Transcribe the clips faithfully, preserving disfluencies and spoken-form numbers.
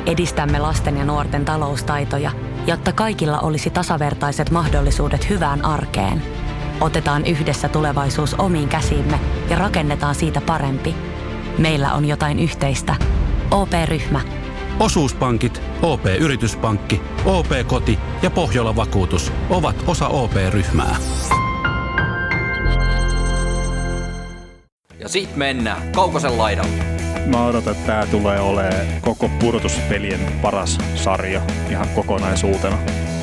Edistämme lasten ja nuorten taloustaitoja, jotta kaikilla olisi tasavertaiset mahdollisuudet hyvään arkeen. Otetaan yhdessä tulevaisuus omiin käsiimme ja rakennetaan siitä parempi. Meillä on jotain yhteistä. O P-ryhmä. Osuuspankit, O P-yrityspankki, O P-koti ja Pohjola-vakuutus ovat osa O P-ryhmää. Ja sit mennään Kaukosen laidalle. Mä odotan, että tää tulee olemaan koko pudotuspelien paras sarja ihan kokonaisuutena.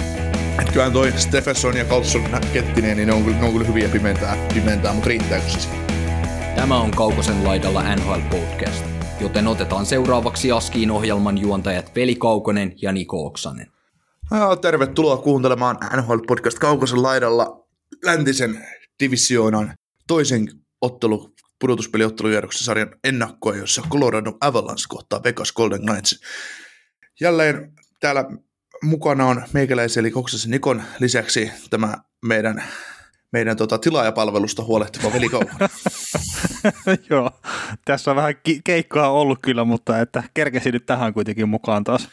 Et kyllähän toi Stephenson ja Carlson Kettinen, niin ne on, ne on kyllä hyviä pimentää, pimentää mutta riittääkö se? Tämä on Kaukosen laidalla N H L Podcast, joten otetaan seuraavaksi Askiin ohjelman juontajat Veli Kaukonen ja Niko Oksanen. Ja tervetuloa kuuntelemaan N H L Podcast Kaukosen laidalla läntisen divisioonan toisen ottelu, pudotuspeliottelujärjestyksen sarjan ennakkoa, jossa Colorado Avalanche kohtaa Vegas Golden Knights. Jälleen täällä mukana on meikäläisen eli Koksasen Nikon lisäksi tämä meidän, meidän tota, tilaajapalvelusta huolehtiva Veli Kaukonen. Joo, tässä on vähän ki- keikkaa ollut kyllä, mutta että kerkesin nyt tähän kuitenkin mukaan taas.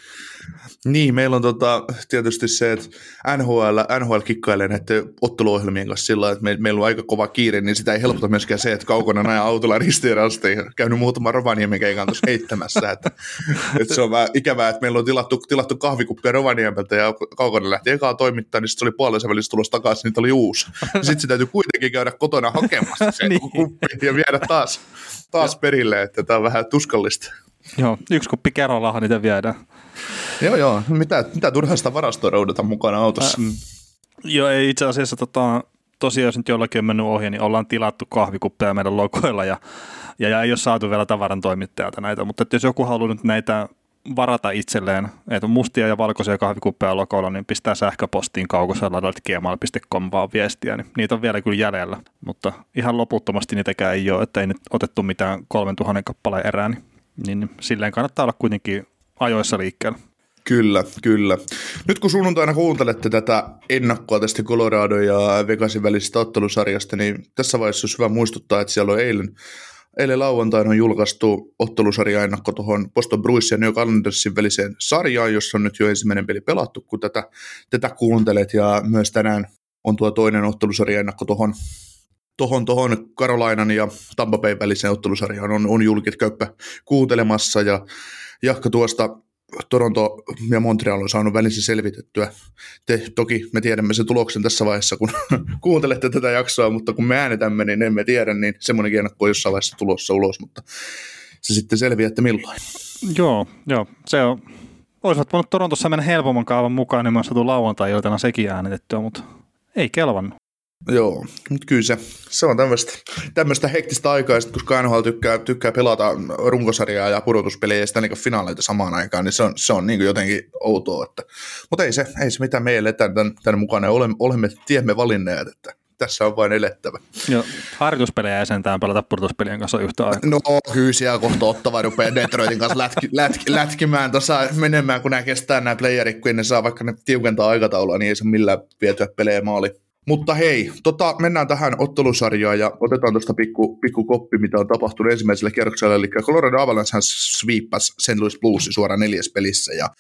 Niin, meillä on tota, tietysti se, että N H L, N H L kikkailee näiden otteluohjelmien kanssa sillä lailla, että me, meillä on aika kova kiire, niin sitä ei helpota myöskään se, että Kaukonen ajaa autolla ristiin rastiin. Käynyt muutaman Rovaniemen keikan tuossa heittämässä. Että, että se on vähän ikävää, että meillä on tilattu, tilattu kahvikuppia Rovaniemeltä ja Kaukonen lähti ekaa toimittaa, niin sitten se oli puolensa välissä tulossa takaisin, niin oli uusi. Sitten se täytyy kuitenkin käydä kotona hakemassa se niin. kuppi ja viedä taas, taas perille, että tämä on vähän tuskallista. Joo, yksi kuppi kerrallahan niitä viedään. Joo, joo. Mitä, mitä turhaa sitä varastoa roudata mukana autossa? Äh, joo, ei itse asiassa tota, tosiaan, jos nyt jollakin on mennyt ohi, niin ollaan tilattu kahvikuppeja meidän logoilla ja, ja, ja ei ole saatu vielä tavaran toimittajalta näitä, mutta jos joku haluaa nyt näitä varata itselleen, että on mustia ja valkoisia kahvikuppeja logoilla, niin pistää sähköpostiin kaukosella gmail piste com vaan viestiä, niin niitä on vielä kyllä jäljellä, mutta ihan loputtomasti niitäkään ei ole, että ei nyt otettu mitään kolmen tuhannen kappaleen erää, niin, niin silleen kannattaa olla kuitenkin ajoissa liikkeellä. Kyllä, kyllä. Nyt kun sunnuntaina kuuntelette tätä ennakkoa tästä Colorado ja Vegasin välisestä ottelusarjasta, niin tässä vaiheessa olisi hyvä muistuttaa, että siellä on eilen, eilen lauantaina on julkaistu ottelusarja-ennakko tuohon Boston Bruins ja New York Islandersin väliseen sarjaan, jossa on nyt jo ensimmäinen peli pelattu, kun tätä, tätä kuuntelet, ja myös tänään on tuo toinen ottelusarja-ennakko tuohon Tuohon, tuohon Carolinan ja Tampa Bay väliseen ottelusarjaan on, on julkit käyppä kuuntelemassa, ja Jahka tuosta Toronto ja Montreal on saanut välissä selvitettyä. Te toki me tiedämme sen tuloksen tässä vaiheessa, kun kuuntelette tätä jaksoa, mutta kun me äänetämme, niin emme tiedä, niin semmoinenkin ennakko on jossain vaiheessa tulossa ulos, mutta se sitten selviää, että milloin. Joo, joo. Se on, olisivat voinut Torontossa mennä helpomman kaavan mukaan, niin me on saatu lauantai-iltana sekin äänetettyä, mutta ei kelvannut. Joo, mutta kyllä se, se on tämmöistä, tämmöistä hektistä aikaa, koska N H L tykkää, tykkää pelata runkosarjaa ja pudotuspelejä ja sitä niin finaaleita samaan aikaan, niin se on, se on niin jotenkin outoa. Että, mutta ei se, ei se mitään, me eletään tämän, tämän mukana, olemme, olemme tiemme valinneet, että tässä on vain elettävä. Joo, harjoituspelejä ei sentään pelata pudotuspelien kanssa yhtä aikaa. No kyllä siellä kohta Ottava rupeaa Detroitin kanssa lätki, lätki, lätkimään tuossa menemään, kun nämä kestää nämä playerit, kun ne saa vaikka ne tiukentaa aikataulua, niin ei se millään vietyä pelejä maaliin. Mutta hei, tota, mennään tähän ottelusarjaan ja otetaan tuosta pikku, pikku koppi, mitä on tapahtunut ensimmäisellä kierroksella. Eli Colorado Avalanche sweepasi Saint Louis Bluesin suoraan neljäs pelissä ja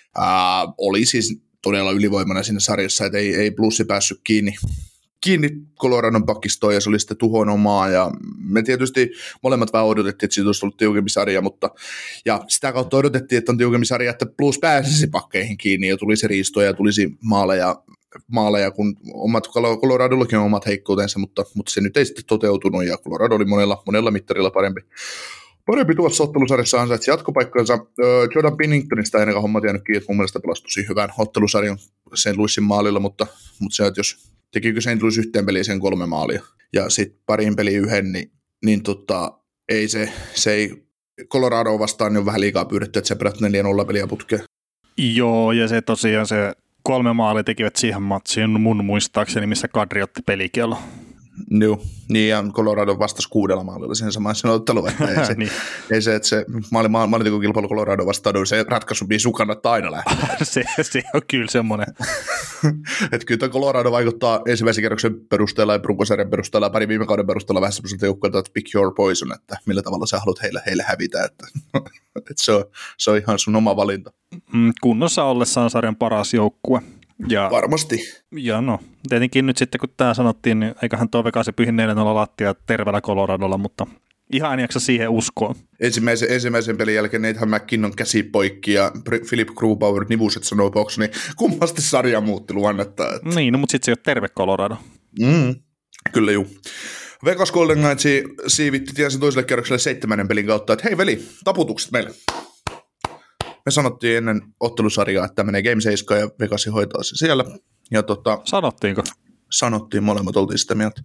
ää, oli siis todella ylivoimana siinä sarjassa, että ei, ei Bluesi päässyt kiinni, kiinni Coloradon pakistoon ja se oli sitten tuhon omaa. Ja me tietysti molemmat vähän odotettiin, että siitä olisi tullut tiukempi sarja, mutta ja sitä kautta odotettiin, että on tiukempi sarja, että Blues pääsisi pakkeihin kiinni ja tulisi riistoja ja tulisi maaleja. maaleja, kun omat, Coloradollakin on omat heikkoutensa, mutta, mutta se nyt ei sitten toteutunut, ja Colorado oli monella, monella mittarilla parempi. Parempi tuossa ottelusarjassa ansaitsi jatkopaikkansa. Jordan Binningtonista ei ainakaan homma tiennytkin, että mun mielestä pelasi tosi hyvän ottelusarjan Saint Louisin maalilla, mutta, mutta se, että jos tekikö Saint Louis yhteen peliin sen kolme maalia, ja sitten pariin peliin yhden, niin, niin tota, ei se, se ei Colorado vastaan niin on vähän liikaa pyydetty, että se perätti neljä nolla peliä putkeen. Joo, ja se tosiaan se kolme maalia tekivät siihen matsiin mun muistaakseni, missä Kadri otti pelikielon. Joo, niin ja Colorado vastasi kuudella maalilla siihen samaan sen otteluun, että ei se, niin. ei se, että se maali, maalintekokilpailu Colorado vastaan, se ratkaisu biisu kannattaa aina lähteä. se, se on kyllä semmoinen. Että kyllä tuo Colorado vaikuttaa ensimmäisen kerroksen perusteella ja runkosarjan perusteella ja pari viime kauden perusteella vähän semmoiselta joukkueelta, että pick your poison, että millä tavalla sä haluat heille, heille hävitä, että, että se, on, se on ihan sun oma valinta. kunnossa ollessaan sarjan paras joukkue. Ja, Varmasti. Ja no, tietenkin nyt sitten kun tämä sanottiin, niin eiköhän tuo Vegasin pyhin neljä nolla lattia terveellä Coloradolla, mutta ihan en jaksa siihen uskoa. Ensimmäisen, ensimmäisen pelin jälkeen Nathan McKinnon käsi poikki ja Philip Grubauer nivuset sanoo box, niin kummasti sarja muutti luonnetta. Että... Niin, no, mutta sitten se ei ole terve Colorado. Mm, kyllä juu. Vegas Golden Knights siivitti tiensä toiselle kierrokselle seitsemännen pelin kautta, että hei veli, taputukset meille. Me sanottiin ennen ottelusarjaa, että menee Game seitsemän ja Vegasi hoitaa se siellä. Ja tota, sanottiinko? Sanottiin, molemmat oltiin sitä mieltä.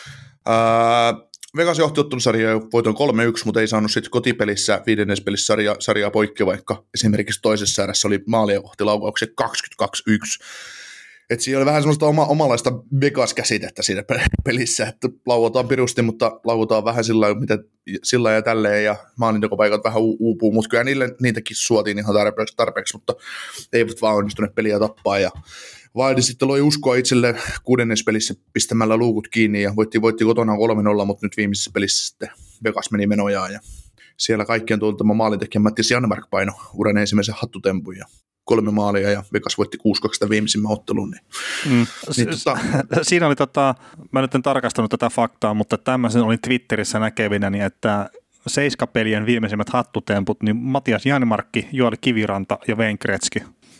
Ää, Vegas johti ottelusarjaa voiton kolme yksi, mutta ei saanut sitten kotipelissä viidennes pelissä sarja, sarjaa poikki, vaikka esimerkiksi toisessa erässä oli maalia kohti laukauksen kaksikymmentäkaksi yksi. Että siinä oli vähän semmoista oma, omalaista Vegas-käsitettä siinä pelissä, että lauotaan pirusti, mutta lauotaan vähän sillä lailla ja tälleen, ja maalintekopaikat vähän uupuu, mutta kyllä niille, niitäkin suotiin ihan tarpeeksi, tarpeeksi, mutta eivät vaan onnistuneet peliä tappaa, ja Wildi sitten loi uskoa itselle kuudennes pelissä pistämällä luukut kiinni, ja voitti, voitti kotonaan kolme nolla, mutta nyt viimeisessä pelissä sitten Vegas meni menojaan, ja siellä kaikkien tuoltama maalintekijä Mattias Janmark paino uran ensimmäisen hattutempun, ja kolme maalia ja Vegas voitti kuusi kaksi viimeisimmän ottelun. Niin. Mm. Niin, tota... Siinä oli, tota, mä nyt en tarkastanut tätä faktaa, mutta tämmöisen olin Twitterissä näkevinäni, että seiskapelien viimeisimmät hattutemput, niin Matias Janmarkki, Joel Kiviranta ja Wayne Gretzky.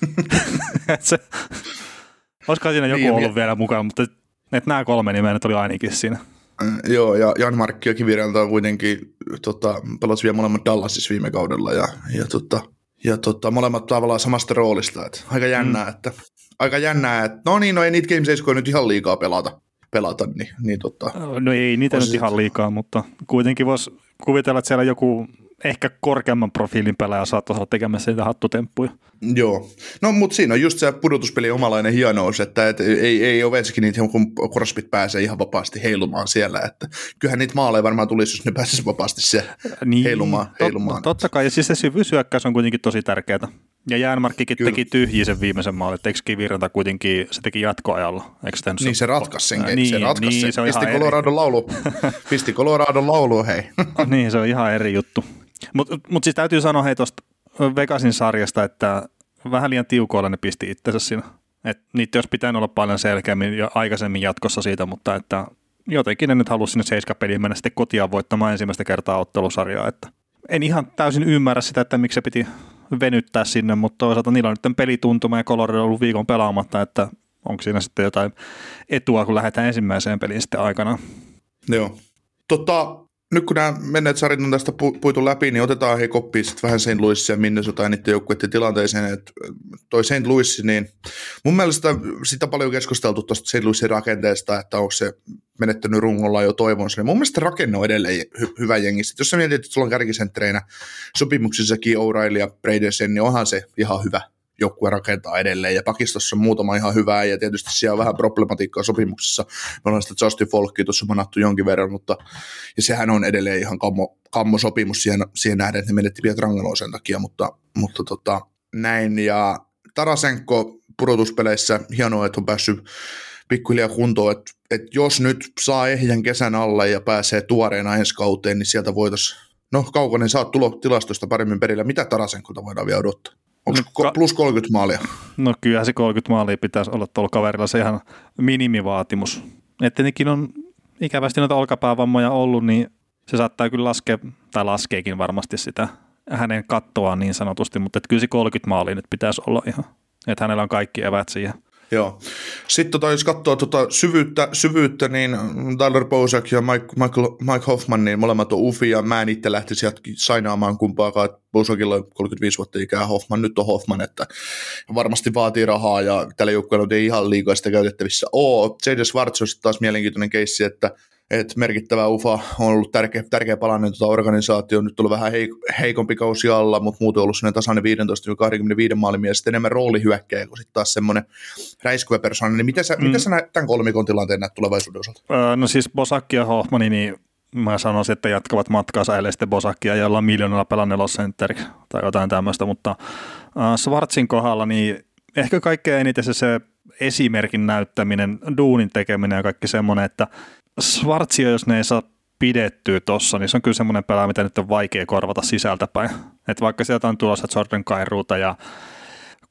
Se, olisikohan siinä joku niin, ollut ja... vielä mukaan, mutta että nämä kolme nimeä nyt oli ainakin siinä. Äh, joo, ja Janmarkki ja Kiviranta on kuitenkin, tota, pelasi vielä molemmat Dallasissa viime kaudella, ja, ja tota, Ja tota, molemmat tavallaan samasta roolista, että aika jännää, mm. että aika jännää, että no niin, no ei niitä Game seitsemän nyt ihan liikaa pelata, pelata niin, niin tota. No ei niitä nyt sit... ihan liikaa, mutta kuitenkin voisi kuvitella, että siellä joku ehkä korkeamman profiilin pelaaja saattaisi olla tekemässä niitä hattutemppuja. Joo, no mutta siinä on just se pudotuspeli omalainen hienous, että et, ei, ei Ovechkin niitä, kun CrossFit pääsee ihan vapaasti heilumaan siellä, että kyllähän niitä maaleja varmaan tulisi, jos ne pääsisi vapaasti siellä niin, heilumaan. heilumaan. Tot, totta kai, ja siis se syvyysyökkäys on kuitenkin tosi tärkeää. Ja Jäänmarkkikin Kyllä. teki tyhjiä sen viimeisen maalin, että eikö Kiviranta kuitenkin, se teki jatkoajalla, eikö se Niin se ratkaisi sen, niin, se ratkaisi niin, sen. Se Pisti Coloradon laulu, pisti Coloradon laulu, hei. Niin, se on ihan eri juttu. Mutta mut siis täytyy sanoa hei tuosta Vegasin sarjasta, että vähän liian tiukoilla ne pisti itsensä siinä. Että niitä olisi pitänyt olla paljon selkeämmin jo aikaisemmin jatkossa siitä, mutta että jotenkin ne nyt halusi sinne seiskapeliin mennä sitten kotiin voittamaan ensimmäistä kertaa ottelusarjaa. Että en ihan täysin ymmärrä sitä, että miksi se piti venyttää sinne, mutta toisaalta niillä on nyt pelituntuma ja Colorado on ollut viikon pelaamatta, että onko siinä sitten jotain etua, kun lähdetään ensimmäiseen peliin sitten aikanaan. Joo. Tota, nyt kun nämä menneet sarjat on tästä puitu läpi, niin otetaan hei koppiin sitten vähän Saint Louisia ja Minnesota ja niiden joukkueiden tilanteeseen. Että toi Saint Louis, niin mun mielestä sitä on paljon keskusteltu tuosta Saint Louisin rakenteesta, että onko se menettänyt rungolla jo toivonsa. Niin mun mielestä rakenne on edelleen hy- hyvä jengi. Sitten jos sä mietit, että sulla on kärkisenttereinä sopimuksissakin O'Reilly ja Bradensen, niin onhan se ihan hyvä joukkue rakentaa edelleen, ja pakistossa on muutama ihan hyvää, ja tietysti siellä on vähän problematiikkaa sopimuksissa. Me ollaan sitä Justin Folkia tuossa manattu jonkin verran, mutta ja sehän on edelleen ihan kammo, kammo sopimus siihen, siihen nähden, että ne menetti Pietrangelo sen takia, mutta, mutta tota, näin, ja Tarasenko pudotuspeleissä, hienoa, että on päässyt pikkuhiljaa kuntoon, että, että jos nyt saa ehjän kesän alle ja pääsee tuoreena ensi kauteen, niin sieltä voitaisiin, no Kaukonen, sä oot tulo tilastosta paremmin perillä, mitä Tarasenkolta voidaan vielä odottaa? Onko no, plus kolmekymmentä maalia? No kyllä se kolmekymmentä maalia pitäisi olla tuolla kaverilla se ihan minimivaatimus. Et tietenkin on ikävästi noita olkapäävammoja ollut, niin se saattaa kyllä laskea, tai laskeekin varmasti sitä hänen kattoaan niin sanotusti, mutta et kyllä se kolmekymmentä maalia nyt pitäisi olla ihan, että hänellä on kaikki evät siihen. Joo. Sitten tota, jos katsoo tota syvyyttä, syvyyttä, niin Tyler Bozak ja Mike, Michael, Mike Hoffman, niin molemmat on ufi, ja mä en itse lähtisi sainaamaan kumpaakaan, että Bozakilla on kolmekymmentäviisi vuotta ikää, Hoffman nyt on Hoffman, että varmasti vaatii rahaa, ja tällä joukkueella ei ihan liikaa sitä käytettävissä ole. J J Schwartz on taas mielenkiintoinen keissi, että että merkittävä U F A on ollut tärkeä, tärkeä palanen tuota organisaatio, nyt on ollut vähän heik- heikompi kausi alla, mutta muuten on ollut sellainen tasainen viisitoista kaksikymmentäviisi maalimies, sitten enemmän roolihyökkäjä kuin sitten taas semmoinen räiskyvä persoona. Niin miten sä, mm. miten sä näet tämän kolmikon tilanteen näet tulevaisuuden osalta? Öö, no siis Bozak ja Hoffmani, niin mä sanoisin, että jatkavat matkaansa, ellei sitten Bozakia, jolla on miljoonalla pelaa nelosentteriksi tai jotain tämmöistä, mutta äh, Schwartzin kohdalla niin ehkä kaikkein eniten se, se esimerkin näyttäminen, duunin tekeminen ja kaikki semmoinen, että Schwartzia, jos ne ei saa pidettyä tossa, niin se on kyllä semmoinen pelaaja, mitä nyt on vaikea korvata sisältäpäin. Että vaikka sieltä on tulossa Jordan Kairuuta ja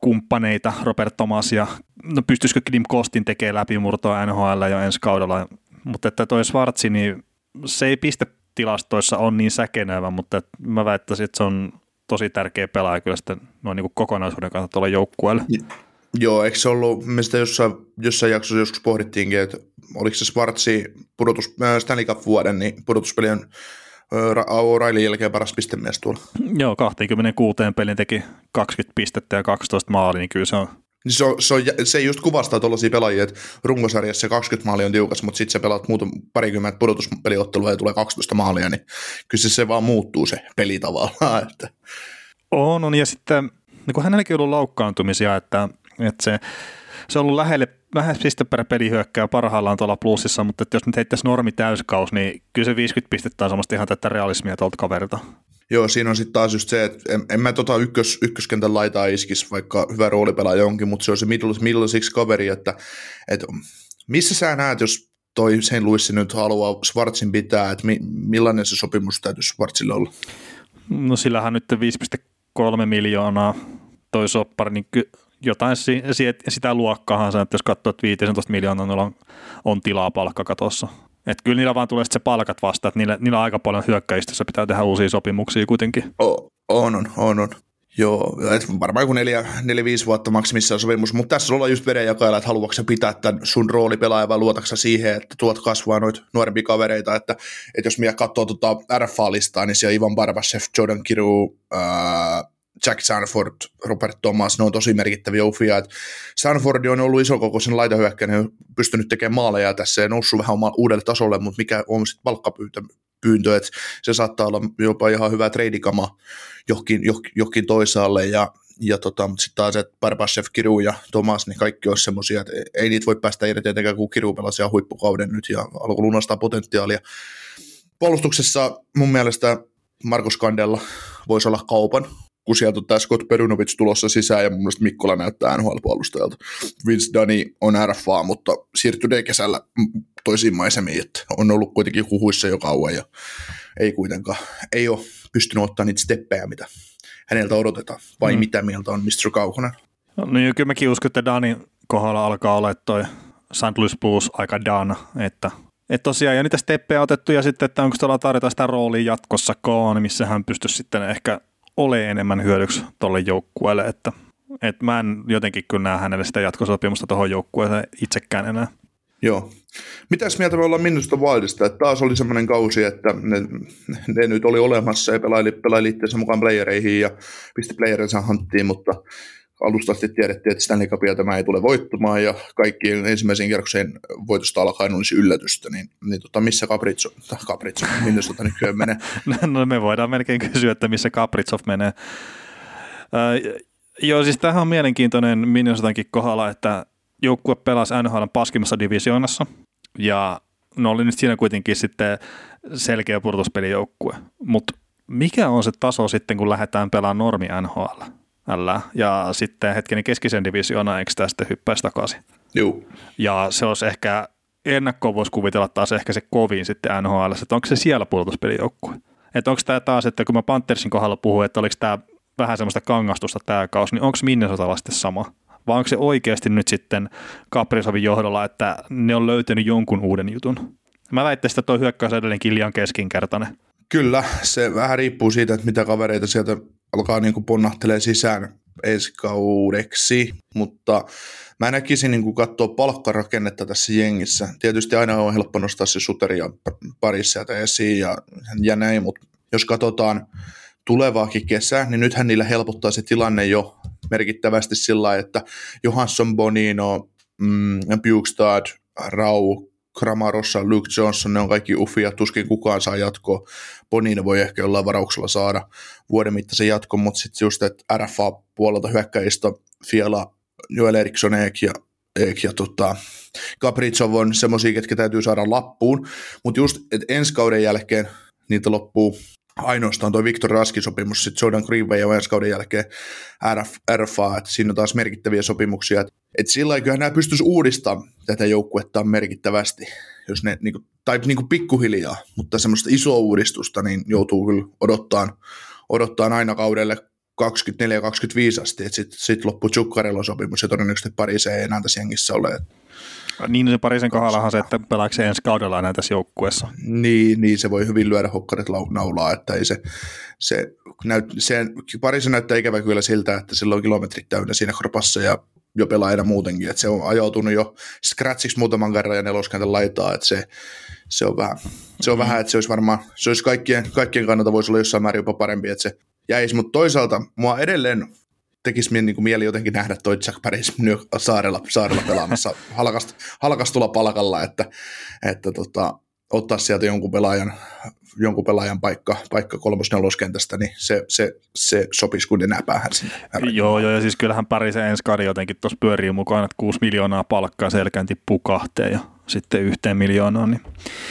kumppaneita, Robert Thomas ja no pystyisikö Klim Kostin tekemään läpimurtoa N H L jo ensi kaudella, mutta että toi Schwartz, niin se ei pistetilastoissa ole niin säkenevä, mutta mä väittäisin, että se on tosi tärkeä pelaaja kyllä sitten noin niin kuin kokonaisuuden kannalta tuolla joukkueelle. Joo, eikö se ollut, mistä jossain, jossain jaksossa joskus pohdittiinkin, että oliko se Schwartzi pudotus, äh, Stanley Cup-vuoden, niin pudotuspelien O'Reillyn jälkeen paras pistemies tuolla. Joo, kaksikymmentäkuusi pelin teki kaksikymmentä pistettä ja kaksitoista maalia, niin kyllä se on. Se, on, se, on, se just kuvastaa tuollaisia pelaajia, että runkosarjassa kaksikymmentä maalia on tiukas, mutta sitten sä pelaat muuten parikymmentä pudotuspeliottelua ja tulee kaksitoista maalia, niin kyllä se, se vaan muuttuu se peli tavallaan. Että. On, on, ja sitten niin kun hänelläkin on ollut loukkaantumisia, että, että se, se on ollut lähelle lähes piste per pelihyökkää parhaillaan tuolla plussissa, mutta jos nyt heittäisi normi täyskaus, niin kyllä se viisikymmentä pistettä on semmoista ihan tätä realismia tuolta kaverilta. Joo, siinä on sitten taas just se, että en, en mä tota ykkös, ykköskentän laitaa iskisi, vaikka hyvä roolipelaaja onkin, mutta se on se middle, middle six kaveri, että, että missä sä näet, jos toi Saint Louis nyt haluaa Schwartzin pitää, että mi, millainen se sopimus täytyy Schwartzille olla? No sillähän nyt viisi pilkku kolme miljoonaa toi soppari, niin ky- jotain si- si- sitä luokkaahan, että jos katsoo, että viisitoista miljoonaa on, on tilaa palkkakatossa. Että kyllä niillä vaan tulee se palkat vasta, että niillä, niillä on aika paljon hyökkäistössä, pitää tehdä uusia sopimuksia kuitenkin. O, on, on, on, on. Joo, varmaan joku neljä, neljä, viisi vuotta maksimissaan sopimus, mutta tässä ollaan just vedenjakailla, että haluatko sä pitää tämän sun roolipelaajan vai luotatko siihen, että tuot kasvaa noita nuorempia kavereita, että, että jos minä katsoo tuota R F A-listaa, niin siellä Ivan Barbashev, Jordan Kyrou, ää, Jack Sanford, Robert Thomas, ne on tosi merkittäviä ufia. Et Sanford on ollut isokokoisen laitahyökkäinen, on pystynyt tekemään maaleja tässä ja noussut vähän uudelle tasolle, mutta mikä on sitten palkkapyyntö, että se saattaa olla jopa ihan hyvä treidikama johonkin, johonkin toisaalle ja, ja tota, sitten taas, että Barbashev, Kyrou ja Thomas, niin kaikki on semmoisia, että ei niitä voi päästä irti etenkään, kun Kyrou pelasi ihan huippukauden nyt ja alkoi lunastaa potentiaalia. Puolustuksessa mun mielestä Markus Kandella voisi olla kaupan, kun sieltä on tämä Scott Perunovic tulossa sisään, ja mun mielestä Mikkola näyttää N H L-puolustajalta. Vince Dunny on R F A, mutta siirtyi kesällä toisiin maisemiin, että on ollut kuitenkin huhuissa jo kauan, ja ei kuitenkaan, ei ole pystynyt ottaa niitä steppejä, mitä häneltä odotetaan. Vai mm. mitä mieltä on mister Kaukonen? No niin, kyllä mäkin uskon, että Danin kohdalla alkaa olla toi Saint Louis Blues aika dana, että Että tosiaan, ja niitä steppejä on otettu, ja sitten, että onko tuolla tarjota sitä roolia jatkossakaan, missä hän pystyisi sitten ehkä olemaan enemmän hyödyksi tuolle joukkueelle, että, että mä en jotenkin kyllä näe hänelle sitä jatkosopimusta tuohon joukkueeseen itsekään enää. Joo. Mitäs mieltä me ollaan Minnesota Wildista, että taas oli semmoinen kausi, että ne, ne nyt oli olemassa ja pelaili, pelaili itseänsä mukaan playereihin ja pisti playerinsa hanttiin, mutta alusta asti tiedettiin, että Stanley Cupia tämä ei tule voittamaan ja kaikki ensimmäisen kierrokseen voitosta alkaen olisi yllätystä, niin, niin tota, missä Kaprizov, Kaprizov Minnesota nykyään menee? No me voidaan melkein kysyä, että missä Kaprizov menee. Äh, joo, siis tämähän on mielenkiintoinen Minnesotankin kohdalla, että joukkue pelasi N H L:n paskimmassa divisioonassa ja no oli nyt siinä kuitenkin sitten selkeä pudotuspelijoukkue, mutta mikä on se taso sitten, kun lähdetään pelaamaan normi N H L? Ällä. Ja sitten hetkinen keskisen divisioona, eikö tämä sitten hyppäisi takaisin? Joo. Ja se olisi ehkä, ennakkoon voisi kuvitella taas ehkä se kovin sitten N H L, että onko se siellä pudotuspelijoukkue? Että onko tämä taas, että kun mä Panthersin kohdalla puhuin, että oliko tämä vähän semmoista kangastusta tämä kausi, niin onko Minnesotalla sitten sama? Vai onko se oikeasti nyt sitten Kaprizovin johdolla, että ne on löytänyt jonkun uuden jutun? Mä väittäisin, että tuo hyökkäys on edelleenkin liian keskinkertainen. Kyllä, se vähän riippuu siitä, että mitä kavereita sieltä alkaa niin kuin ponnahtelee sisään ensi kaudeksi, mutta mä näkisin niin kuin katsoa palkkarakennetta tässä jengissä. Tietysti aina on helppo nostaa se Suteria pari sieltä esiin ja, ja näin, mutta jos katsotaan tulevaakin kesää, niin nythän niillä helpottaa se tilanne jo merkittävästi sillä lailla, että Johansson, Bonino, mm, Bjugstad, Rau, Kramarossa, Luke Johnson, ne on kaikki ufia, tuskin kukaan saa jatkoa. Bonino voi ehkä jollain varauksella saada vuoden mittaisen jatkon, mutta sitten just, että R F A-puolelta hyökkäistä Fiala, Joel Eriksson, Eek ja, Eek ja tota, Kaprizov on semmoisia, ketkä täytyy saada lappuun, mutta just, että ensi kauden jälkeen niitä loppuu ainoastaan tuo Victor Raskin sopimus, sitten Jordan Greenway ja ensi kauden jälkeen R F, R F A, että siinä on taas merkittäviä sopimuksia, että et sillä kyllähän nämä pystyisi uudistamaan tätä joukkuetta merkittävästi, jos ne, niinku, tai niinku pikkuhiljaa, mutta semmoista isoa uudistusta niin joutuu kyllä odottaan, odottaan aina kaudelle kaksikymmentäneljä kaksikymmentäviisi asti, että sitten sit loppuu Zuccarellon sopimus ja todennäköisesti Parise ei enää tässä jengissä ole. Niin se Parisen kohdallahan se, että pelaako se ensi kaudella enää tässä joukkueessa. Niin, niin, se voi hyvin lyödä hokkarit naulaa, että ei se, se, näyt, se Parise näyttää ikävä kyllä siltä, että sillä on kilometrit täynnä siinä kropassa ja jo pelaajana muutenkin, että se on ajautunut jo scratchiksi muutaman kerran ja neloskentän laitaa, että se, se on vähän, se on vähän, että se olisi varmaan, se olisi kaikkien, kaikkien kannalta voisi olla jossain määrin jopa parempi, että se jäisi, mutta toisaalta mua edelleen tekisi niin kuin mieli jotenkin nähdä toi Jack Paris saarella, saarella pelaamassa halkast, halkastulla palkalla, että, että tota, ottaa sieltä jonkun pelaajan, jonkun pelaajan paikka, paikka kolmos-neloskentästä, niin se, se, se sopisi kuin enää päähän sinne. Joo, joo, ja siis kyllähän Parisen ensi kauden jotenkin tuossa pyörii mukaan, että kuusi miljoonaa palkkaa selkään tippuu kahteen ja sitten yhteen miljoonaan. Niin.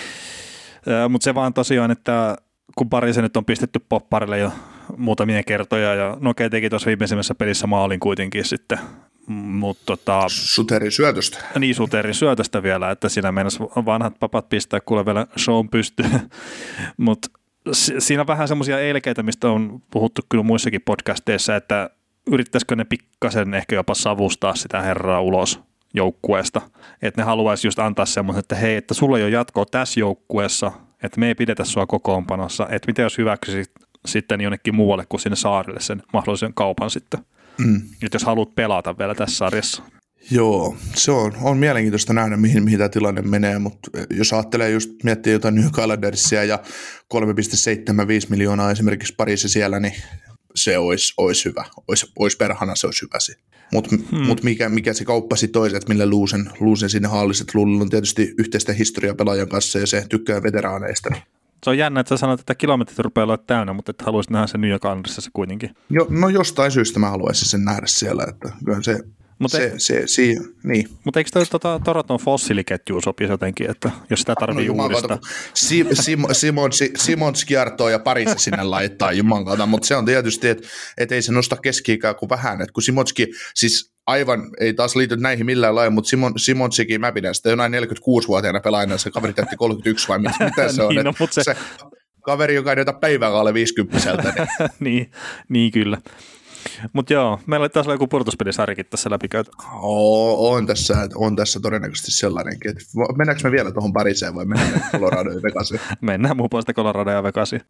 Mutta se vaan tosiaan, että kun Parisen nyt on pistetty popparille jo muutamia kertoja, ja no okei, teki tuossa viimeisimmässä pelissä maalin kuitenkin sitten, mutta tota... Suterin syötöstä. Niin, Suterin syötöstä vielä, että siinä mennessä vanhat papat pistää kuule vielä shown pystyyn, mutta siinä on vähän semmoisia elkeitä, mistä on puhuttu kyllä muissakin podcasteissa, että yrittäisikö ne pikkasen ehkä jopa savustaa sitä herraa ulos joukkueesta, että ne haluaisi just antaa semmoisen, että hei, että sulla ei ole jatkoa tässä joukkueessa, että me ei pidetä sua kokoonpanossa, että mitä jos hyväksyisit sitten jonnekin muualle kuin sinne saarille sen mahdollisen kaupan sitten, mm. että jos haluat pelata vielä tässä sarjassa. Joo, se on, on mielenkiintoista nähdä, mihin, mihin tämä tilanne menee, mutta jos ajattelee just miettiä jotain New Calendarsia ja kolme pilkku seitsemänkymmentäviisi miljoonaa esimerkiksi Pariisi siellä, niin se olisi, olisi hyvä, olisi, olisi perhana, se olisi hyvä se. Mutta hmm. mut mikä, mikä se kauppasi toiset, millä luusen, luusen sinne halliset, Luulla on tietysti yhteistä historiaa pelaajan kanssa ja se tykkää veteraaneista. Se on jännä, että sä sanot, että kilometrit rupeaa olla täynnä, mutta et haluaisit nähdä sen New York Islanderissa kuitenkin. Jo, no jostain syystä mä haluaisin sen nähdä siellä, että kyllä se... Mutta se, se, se, niin. Mut eikö toi tota, Toronton fossiiliketjuun sopisi jotenkin, että jos sitä tarvii no, uudistaa? Si, Sim, Simons, Simons kiertoo ja Pariisi sinne laittaa jumankauta, mutta se on tietysti, että et ei se nosta keski-ikää kuin vähän, että kun Simonski, siis aivan, ei taas liity näihin millään lailla, mutta Simon, Simonsikin mä pidän sitä jonain neljäkymmentäkuusivuotiaana pelaajana, se kaveri täytti kolmekymmentäyksi vai mitä, mitä se on, niin, no, se, se kaveri, joka ei näytä päivää alle viisikymppiseltä. Niin. niin, niin kyllä. Mutta joo, meillä oli taas joku pudotuspelisarjakin tässä läpikäyty. Oo, on tässä, on tässä todennäköisesti sellainenkin. Mennäänkö me vielä tuohon Pariseen vai mennään Coloradoon ja Vegasiin? Mennään muun puolesta Coloradoon ja Vegasiin.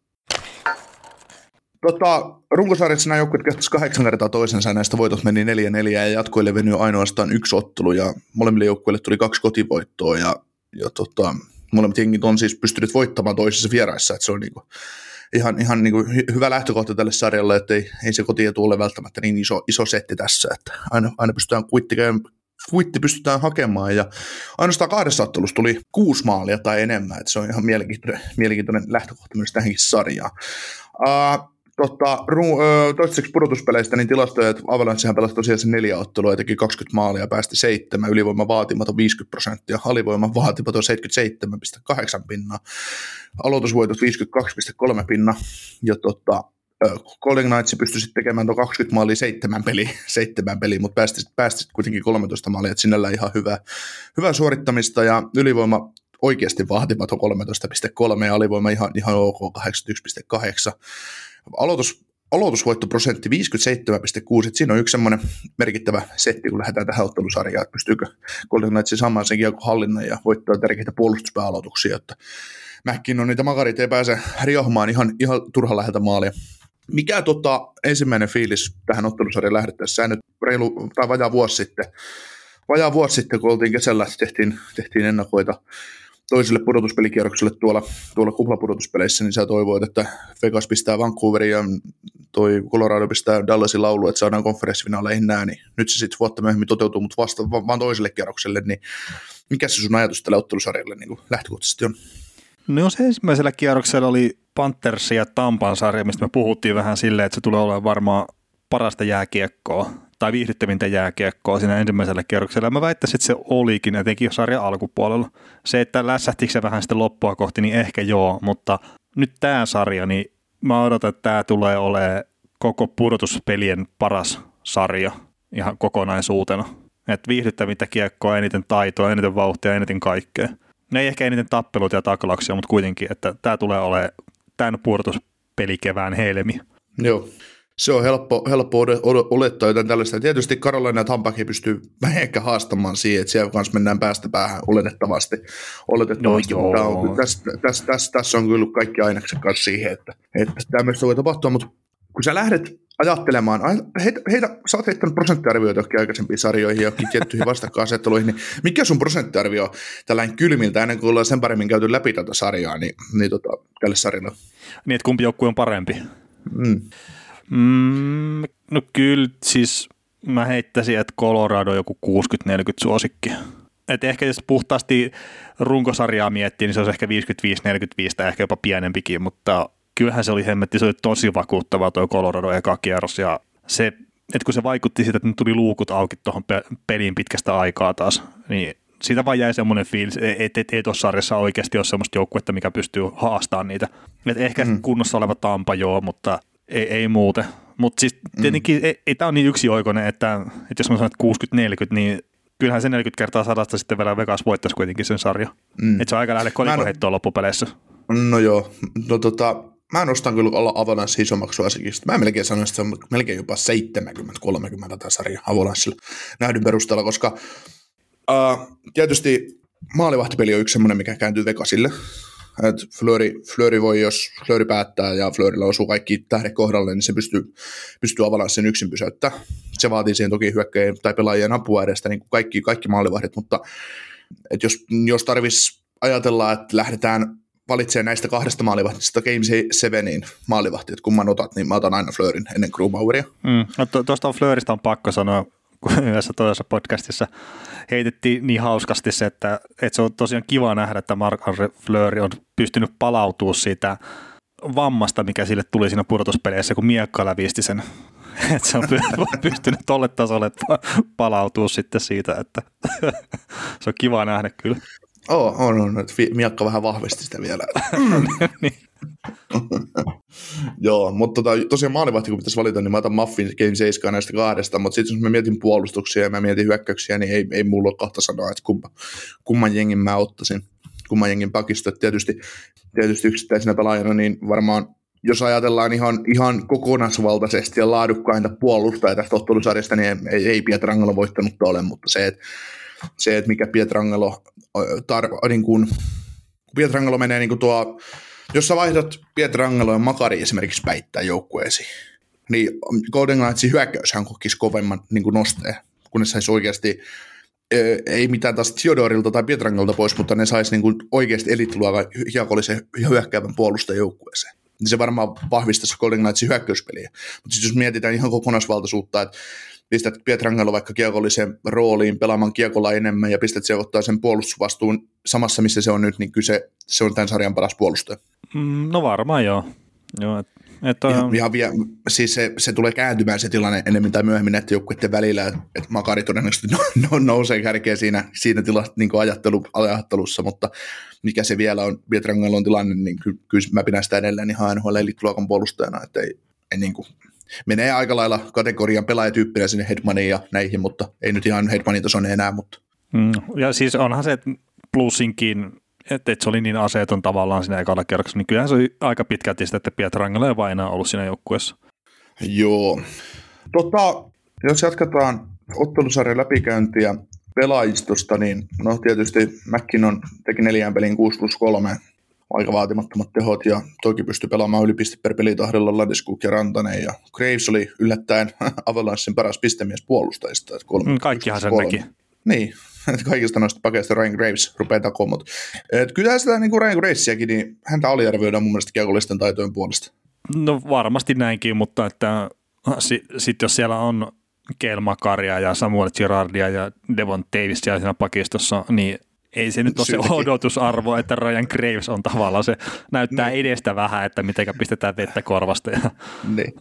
Tota, runkosarjassa nämä joukkueet kähtäisi kahdeksan kertaa toisensa ja näistä voitot meni neljä neljä ja jatkoille venyi ainoastaan yksi ottelu ja molemmille joukkueille tuli kaksi kotivoittoa ja, ja tota, molemmat jengit on siis pystynyt voittamaan toisessa vieraissa, että se on niinku ihan, ihan niinku hyvä lähtökohta tälle sarjalle, että ei, ei se kotietu ole välttämättä niin iso, iso setti tässä, että aina, aina pystytään kuitti, kuitti pystytään hakemaan ja ainoastaan kahdessa ottelussa tuli kuusi maalia tai enemmän, että se on ihan mielenkiintoinen, mielenkiintoinen lähtökohta myös tähänkin sarjaan. Uh, Totta, ru- toistaiseksi pudotuspeleistä niin tilastoja, että Avalanchehan pelasi tosiaan sen neljä ottelua ja teki kaksikymmentä maalia ja päästi seitsemän, ylivoiman vaatimaton viisikymmentä prosenttia, alivoiman vaatimaton seitsemänkymmentäseitsemän pilkku kahdeksan pinnaa, aloitusvoitot viisikymmentäkaksi pilkku kolme pinnaa ja tota, Golden Knights pystyi sitten tekemään tuon kaksikymmentä maalia seitsemän peliä, seitsemän peliä, mutta päästi, päästi kuitenkin kolmetoista maalia, että sinällään ihan hyvää, hyvää suorittamista ja ylivoima oikeasti vaatimaton kolmetoista pilkku kolme ja alivoima ihan, ihan ok kahdeksankymmentäyksi pilkku kahdeksan. Aloitus, aloitusvoittoprosentti viisikymmentäseitsemän pilkku kuusi, että siinä on yksi semmoinen merkittävä setti, kun lähdetään tähän ottelusarjaan, että pystyykö Golden Knights saamaan sen kiekon hallinnan ja voittaa tärkeitä puolustuspääaloituksia, että mäkin on niitä makarit ei pääse riohmaan ihan, ihan turhan läheltä maalia. Mikä tota, ensimmäinen fiilis tähän ottelusarjaan lähdettäessä? Nyt reilu, tai vajaa vuosi sitten, vajaa vuosi sitten, kun oltiin kesällä, tehtiin, tehtiin ennakoita toiselle pudotuspelikierrokselle tuolla, tuolla kuplapudotuspeleissä, niin sä toivoit, että Vegas pistää Vancouverin ja toi Colorado pistää Dallasin laulu, että saadaan konferenssifinaaleihin nää, niin nyt se sitten vuotta myöhemmin toteutuu, mutta vasta vaan toiselle kierrokselle, niin mikä se sun ajatus tälle ottelusarjalle niin lähtökohtaisesti on? No se ensimmäisellä kierroksella oli Panthersin ja Tampan sarja, mistä me puhuttiin vähän silleen, että se tulee olemaan varmaan parasta jääkiekkoa tai viihdyttävintä jääkiekkoa siinä ensimmäisellä kierroksella. Mä väittäisin, että se olikin etenkin jo sarjan alkupuolella. Se, että lässähtikö se vähän sitten loppua kohti, niin ehkä joo, mutta nyt tämä sarja, niin mä odotan, että tämä tulee olemaan koko pudotuspelien paras sarja ihan kokonaisuutena. Että viihdyttävintä kiekkoa, eniten taitoa, eniten vauhtia, eniten kaikkea. Ne ei ehkä eniten tappeluita ja taklauksia, mutta kuitenkin, että tämä tulee olemaan tämän pudotuspelikevään helmi. Joo. Se on helppo, helppo olettaa jotain tällaista. Tietysti Carolina ja Tampakin pystyy ehkä haastamaan siihen, että siellä kanssa mennään päästä päähän oletettavasti. oletettavasti. No on, tässä, tässä, tässä, tässä on kyllä kaikki ainekset kanssa siihen, että, että tämmöistä voi tapahtua, mutta kun sä lähdet ajattelemaan, heitä, heitä, sä oot heittänyt prosenttiarvioita johonkin aikaisempiin sarjoihin, johonkin tiettyihin vastakkainasetteluihin, niin mikä sun prosenttiarvio tällainen kylmiltä, ennen kuin ollaan sen paremmin käyty läpi tätä sarjaa, niin, niin tota, tälle sarjalle? Niin, että kumpi joukkue on parempi? Mm. Mm, no kyllä, siis mä heittäisin, että Colorado on joku kuusikymmentä neljäkymmentä suosikki. Et ehkä jos puhtaasti runkosarjaa miettii, niin se olisi ehkä viisikymmentäviisi neljäkymmentäviisi tai ehkä jopa pienempikin, mutta kyllähän se oli hemmetti, se oli tosi vakuuttava tuo Colorado eka kierros ja se, että kun se vaikutti siitä, että nyt tuli luukut auki tuohon peliin pitkästä aikaa taas, niin siitä vaan jäi semmoinen fiilis, että et, ei tuossa sarjassa oikeasti ole semmoista joukkuetta, mikä pystyy haastamaan niitä. Et ehkä mm. kunnossa oleva Tampa joo, mutta ei, ei muuten. Mutta siis tietenkin mm. ei, ei tämä ole niin yksioikoinen, että, että jos mä sanon, että kuusikymmentä neljäkymmentä, niin kyllähän se neljäkymmentä kertaa sadasta sitten vielä Vegas voittaisi kuitenkin sen sarja. Mm. Että se on aika lähelle kolikoheittoa loppupeleissä. No joo, no tota, mä nostan kyllä olla Avalanche isommaksi suosikista. Mä melkein sanoin, että se on melkein jopa seitsemänkymmentä kolmekymmentä tämä sarja Avalanchella nähdyn perusteella, koska uh, tietysti maalivahtipeli on yksi semmoinen, mikä kääntyy Vegasille. Fleury, Fleury voi, jos Fleury päättää ja Fleuryllä osuu kaikki tähdet kohdalle, niin se pystyy, pystyy Avalanchen yksin pysäyttämään. Se vaatii siihen toki hyökkäjien tai pelaajien apua edestä, niin kuin kaikki, kaikki maalivahdit, mutta et jos, jos tarvitsisi ajatella, että lähdetään valitsemaan näistä kahdesta maalivahdista Game Seveniin maalivahti, että kun mä otat, niin mä otan aina Fleurin ennen Grubaueria. Mm. No, to, tuosta on Fleurista on pakko sanoa, kun yhdessä toisessa podcastissa heitettiin niin hauskasti se, että, että se on tosiaan kiva nähdä, että Marc-Andre Fleury on pystynyt palautumaan siitä vammasta, mikä sille tuli siinä pudotuspeleissä, kun miekka lävisti sen. Että se on pystynyt tolle tasolle palautumaan sitten siitä, että se on kiva nähdä kyllä. Oh, on, on, että miekka vähän vahvisti sitä vielä. niin. Joo, mutta tota, tosiaan maalivahti, kun pitäisi valita, niin mä otan Muffin Game seitsemän näistä kahdesta, mutta sitten jos mä mietin puolustuksia ja mä mietin hyökkäyksiä, niin ei, ei mulla ole kahta sanoa, että kumpa, kumman jengin mä ottaisin, kumman jengin pakisto. Tietysti, tietysti yksittäisenä pelaajana, niin varmaan jos ajatellaan ihan, ihan kokonaisvaltaisesti ja laadukkainta puolustajia tästä ottelusarjasta, niin ei, ei Pietrangelo voittanutta ole, mutta se, että se, että mikä Pietrangelo, tar- niin kun, kun Pietrangelo menee niin kuin tuo, jos sä vaihdat Pietrangelo ja Makari esimerkiksi päittää joukkueesi, niin Golden Knightsin hyökkäyshän kokisi kovemman niin kuin nosteen, kun ne saisi oikeasti, ei mitään taas Theodorilta tai Pietrangolta pois, mutta ne saisi niin kuin oikeasti elittiluokan hiekollisen hyökkäävän puolustajan joukkueeseen. Se varmaan vahvistaisi Golden Knightsin hyökkäyspeliä. Mutta jos mietitään ihan kokonaisvaltaisuutta, että pistät Pietrangelo vaikka kiekolliseen rooliin pelaamaan kiekolla enemmän ja pistät se ottaa sen puolustusvastuun samassa, missä se on nyt, niin kyllä se, se on tämän sarjan paras puolustaja. No varmaan joo. joo et, et on... ihan, ihan vie, siis se, se tulee kääntymään se tilanne enemmän tai myöhemmin näiden joukkueiden välillä, että et Makari todennäköisesti no, no, nousee kärkeä siinä, siinä tilassa, niin ajattelu, ajattelussa, mutta mikä se vielä on Pietrangelon tilanne, niin kyllä, kyllä mä pidän sitä edelleen ihan N H L-elitluokan puolustajana, että ei, ei niin kuin menee aika lailla kategorian pelaajatyyppinä sinne Hedmaniin ja näihin, mutta ei nyt ihan Hedmanin tasoinen enää. Mutta. Mm, ja siis onhan se plussinkin, että, että se oli niin aseeton tavallaan siinä ekalla kierroksessa, niin kyllähän se oli aika pitkälti sitä, että Pietrangelo ei vaan enää ollut siinä joukkueessa. Joo. Tota, jos jatketaan ottelusarjan läpikäyntiä pelaajistosta, niin no tietysti McKinnon teki neljään peliin kuusi plus kolme. Aika vaatimattomat tehot, ja toki pystyi pelaamaan yli piste per pelitahdella Landeskog ja Rantanen, ja Graves oli yllättäen Avalanchen paras pistemies puolustajista. Mm, kaikkihan sen näki. Niin, kaikista noista pakeista Ryan Graves rupeaa takoon, mutta kyllä sitä niin kuin Ryan Gravesiakin, niin häntä aliarvioidaan mun mielestä kiekollisten taitojen puolesta. No varmasti näinkin, mutta että sitten sit jos siellä on Cale Makaria ja Samuel Girardia ja Devon Davisia siinä pakistossa, niin ei se nyt ole se odotusarvo, että Ryan Graves on tavallaan se, näyttää niin edestä vähän, että mitenkä pistetään vettä korvasta. Ja. Niin.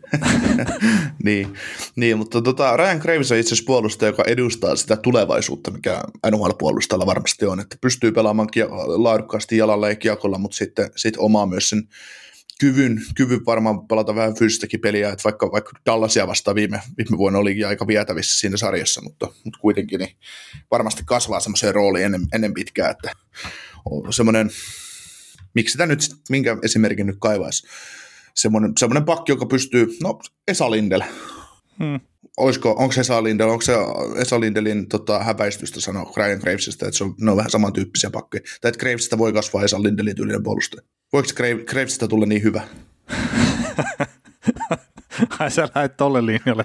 niin. niin, mutta tota, Ryan Graves on itse asiassa puolustaja, joka edustaa sitä tulevaisuutta, mikä N H L-puolustajalla varmasti on, että pystyy pelaamaan laadukkaasti jalalla ja kiekolla, mutta sitten sit omaa myös sen kyvyn, kyvyn varmaan pelata vähän fyysistäkin peliä, että vaikka, vaikka Dallasia vastaan viime, viime vuonna olikin aika vietävissä siinä sarjassa, mutta, mutta kuitenkin niin varmasti kasvaa semmoiseen rooliin ennen, ennen pitkää, että on semmoinen, miksi sitä nyt, minkä esimerkin nyt kaivaisi, semmoinen, semmoinen pakki, joka pystyy, no Esa Lindell. Hmm. Olisiko, onko Esa Lindell, onko se Esa Lindelin tota, häpäistystä sanoa Ryan Gravesista, että se on, ne on vähän samantyyppisiä pakkeja. Tai että Gravesista voi kasvaa Esa Lindelin tyylinen puolustaja. Voiko Gravesista tulla niin hyvä? Ai sä lähdet tolle linjalle.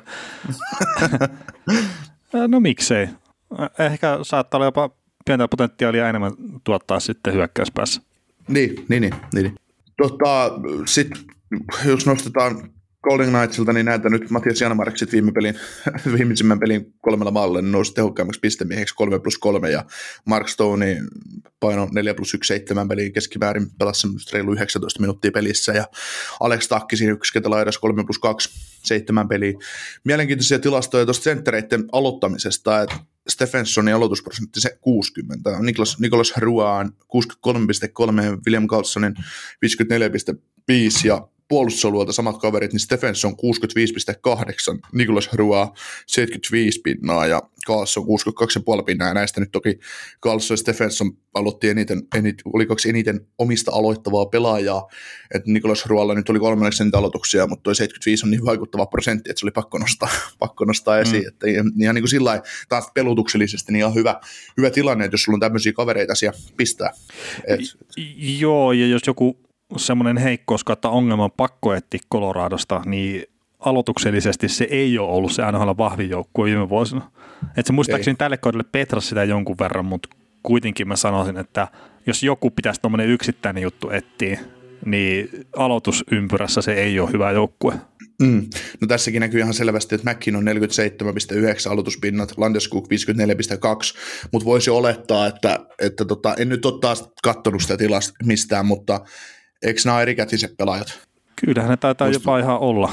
No miksei. Ehkä saattaa olla jopa pientä potentiaalia enemmän tuottaa sitten hyökkäyspäässä. Niin, niin, niin. niin. Tota, sitten jos nostetaan Golden Knightsilta, niin näitä nyt Matias Janmark sitten viime pelin, viimeisimmän pelin kolmella maalla niin nousi tehokkaammaksi pistemieheksi kolme plus kolme ja Mark Stone paino neljä plus yksi seitsemän peliin keskimäärin pelasi reilu yhdeksäntoista minuuttia pelissä ja Alex Takki siinä ykköskentälä laidassa kolme plus kaksi seitsemän peliä. Mielenkiintoisia tilastoja tuosta senttereiden aloittamisesta, että Stephensonin aloitusprosentti se kuusikymmentä, Niklas, Nicolas Ruan kuusikymmentäkolme pilkku kolme, William Carlsonin viisikymmentäneljä pilkku viisi ja puolustusalueelta samat kaverit, niin Stephenson kuusikymmentäviisi pilkku kahdeksan, Nicolas Roy seitsemänkymmentäviisi pinnaa ja Carlson kuusikymmentäkaksi pilkku viisi pinnaa, ja näistä nyt toki Carlson ja Stephenson aloitti eniten, eniten, oli kaksi eniten omista aloittavaa pelaajaa, että Nicolas Roylla nyt oli kolmanneksi eniten aloituksia, mutta toi seitsemänkymmentäviisi on niin vaikuttava prosentti, että se oli pakko nostaa, pakko nostaa esiin, mm. että ihan niin kuin sillä lailla taas pelutuksellisesti niin ihan hyvä, hyvä tilanne, että jos sulla on tämmöisiä kavereita siellä pistää. Et, Joo, ja jos joku semmoinen heikkous kautta ongelman pakko etsiä Coloradosta, niin aloituksellisesti se ei ole ollut se N H L vahvin joukkue viime vuosina. Että se muistaakseni ei. Tälle kaudelle petras sitä jonkun verran, mutta kuitenkin mä sanoisin, että jos joku pitäisi tommoinen yksittäinen juttu etsiä, niin aloitusympyrässä se ei ole hyvä joukkue. Mm. No tässäkin näkyy ihan selvästi, että Mäkin on neljäkymmentäseitsemän pilkku yhdeksän aloituspinnat, Landeskog viisikymmentäneljä pilkku kaksi, mutta voisi olettaa, että, että tota, en nyt ole taas katsonut sitä tilasta mistään, mutta eikö nämä ole erikätiset pelaajat? Kyllähän ne taitaa Musta... jopa ihan olla.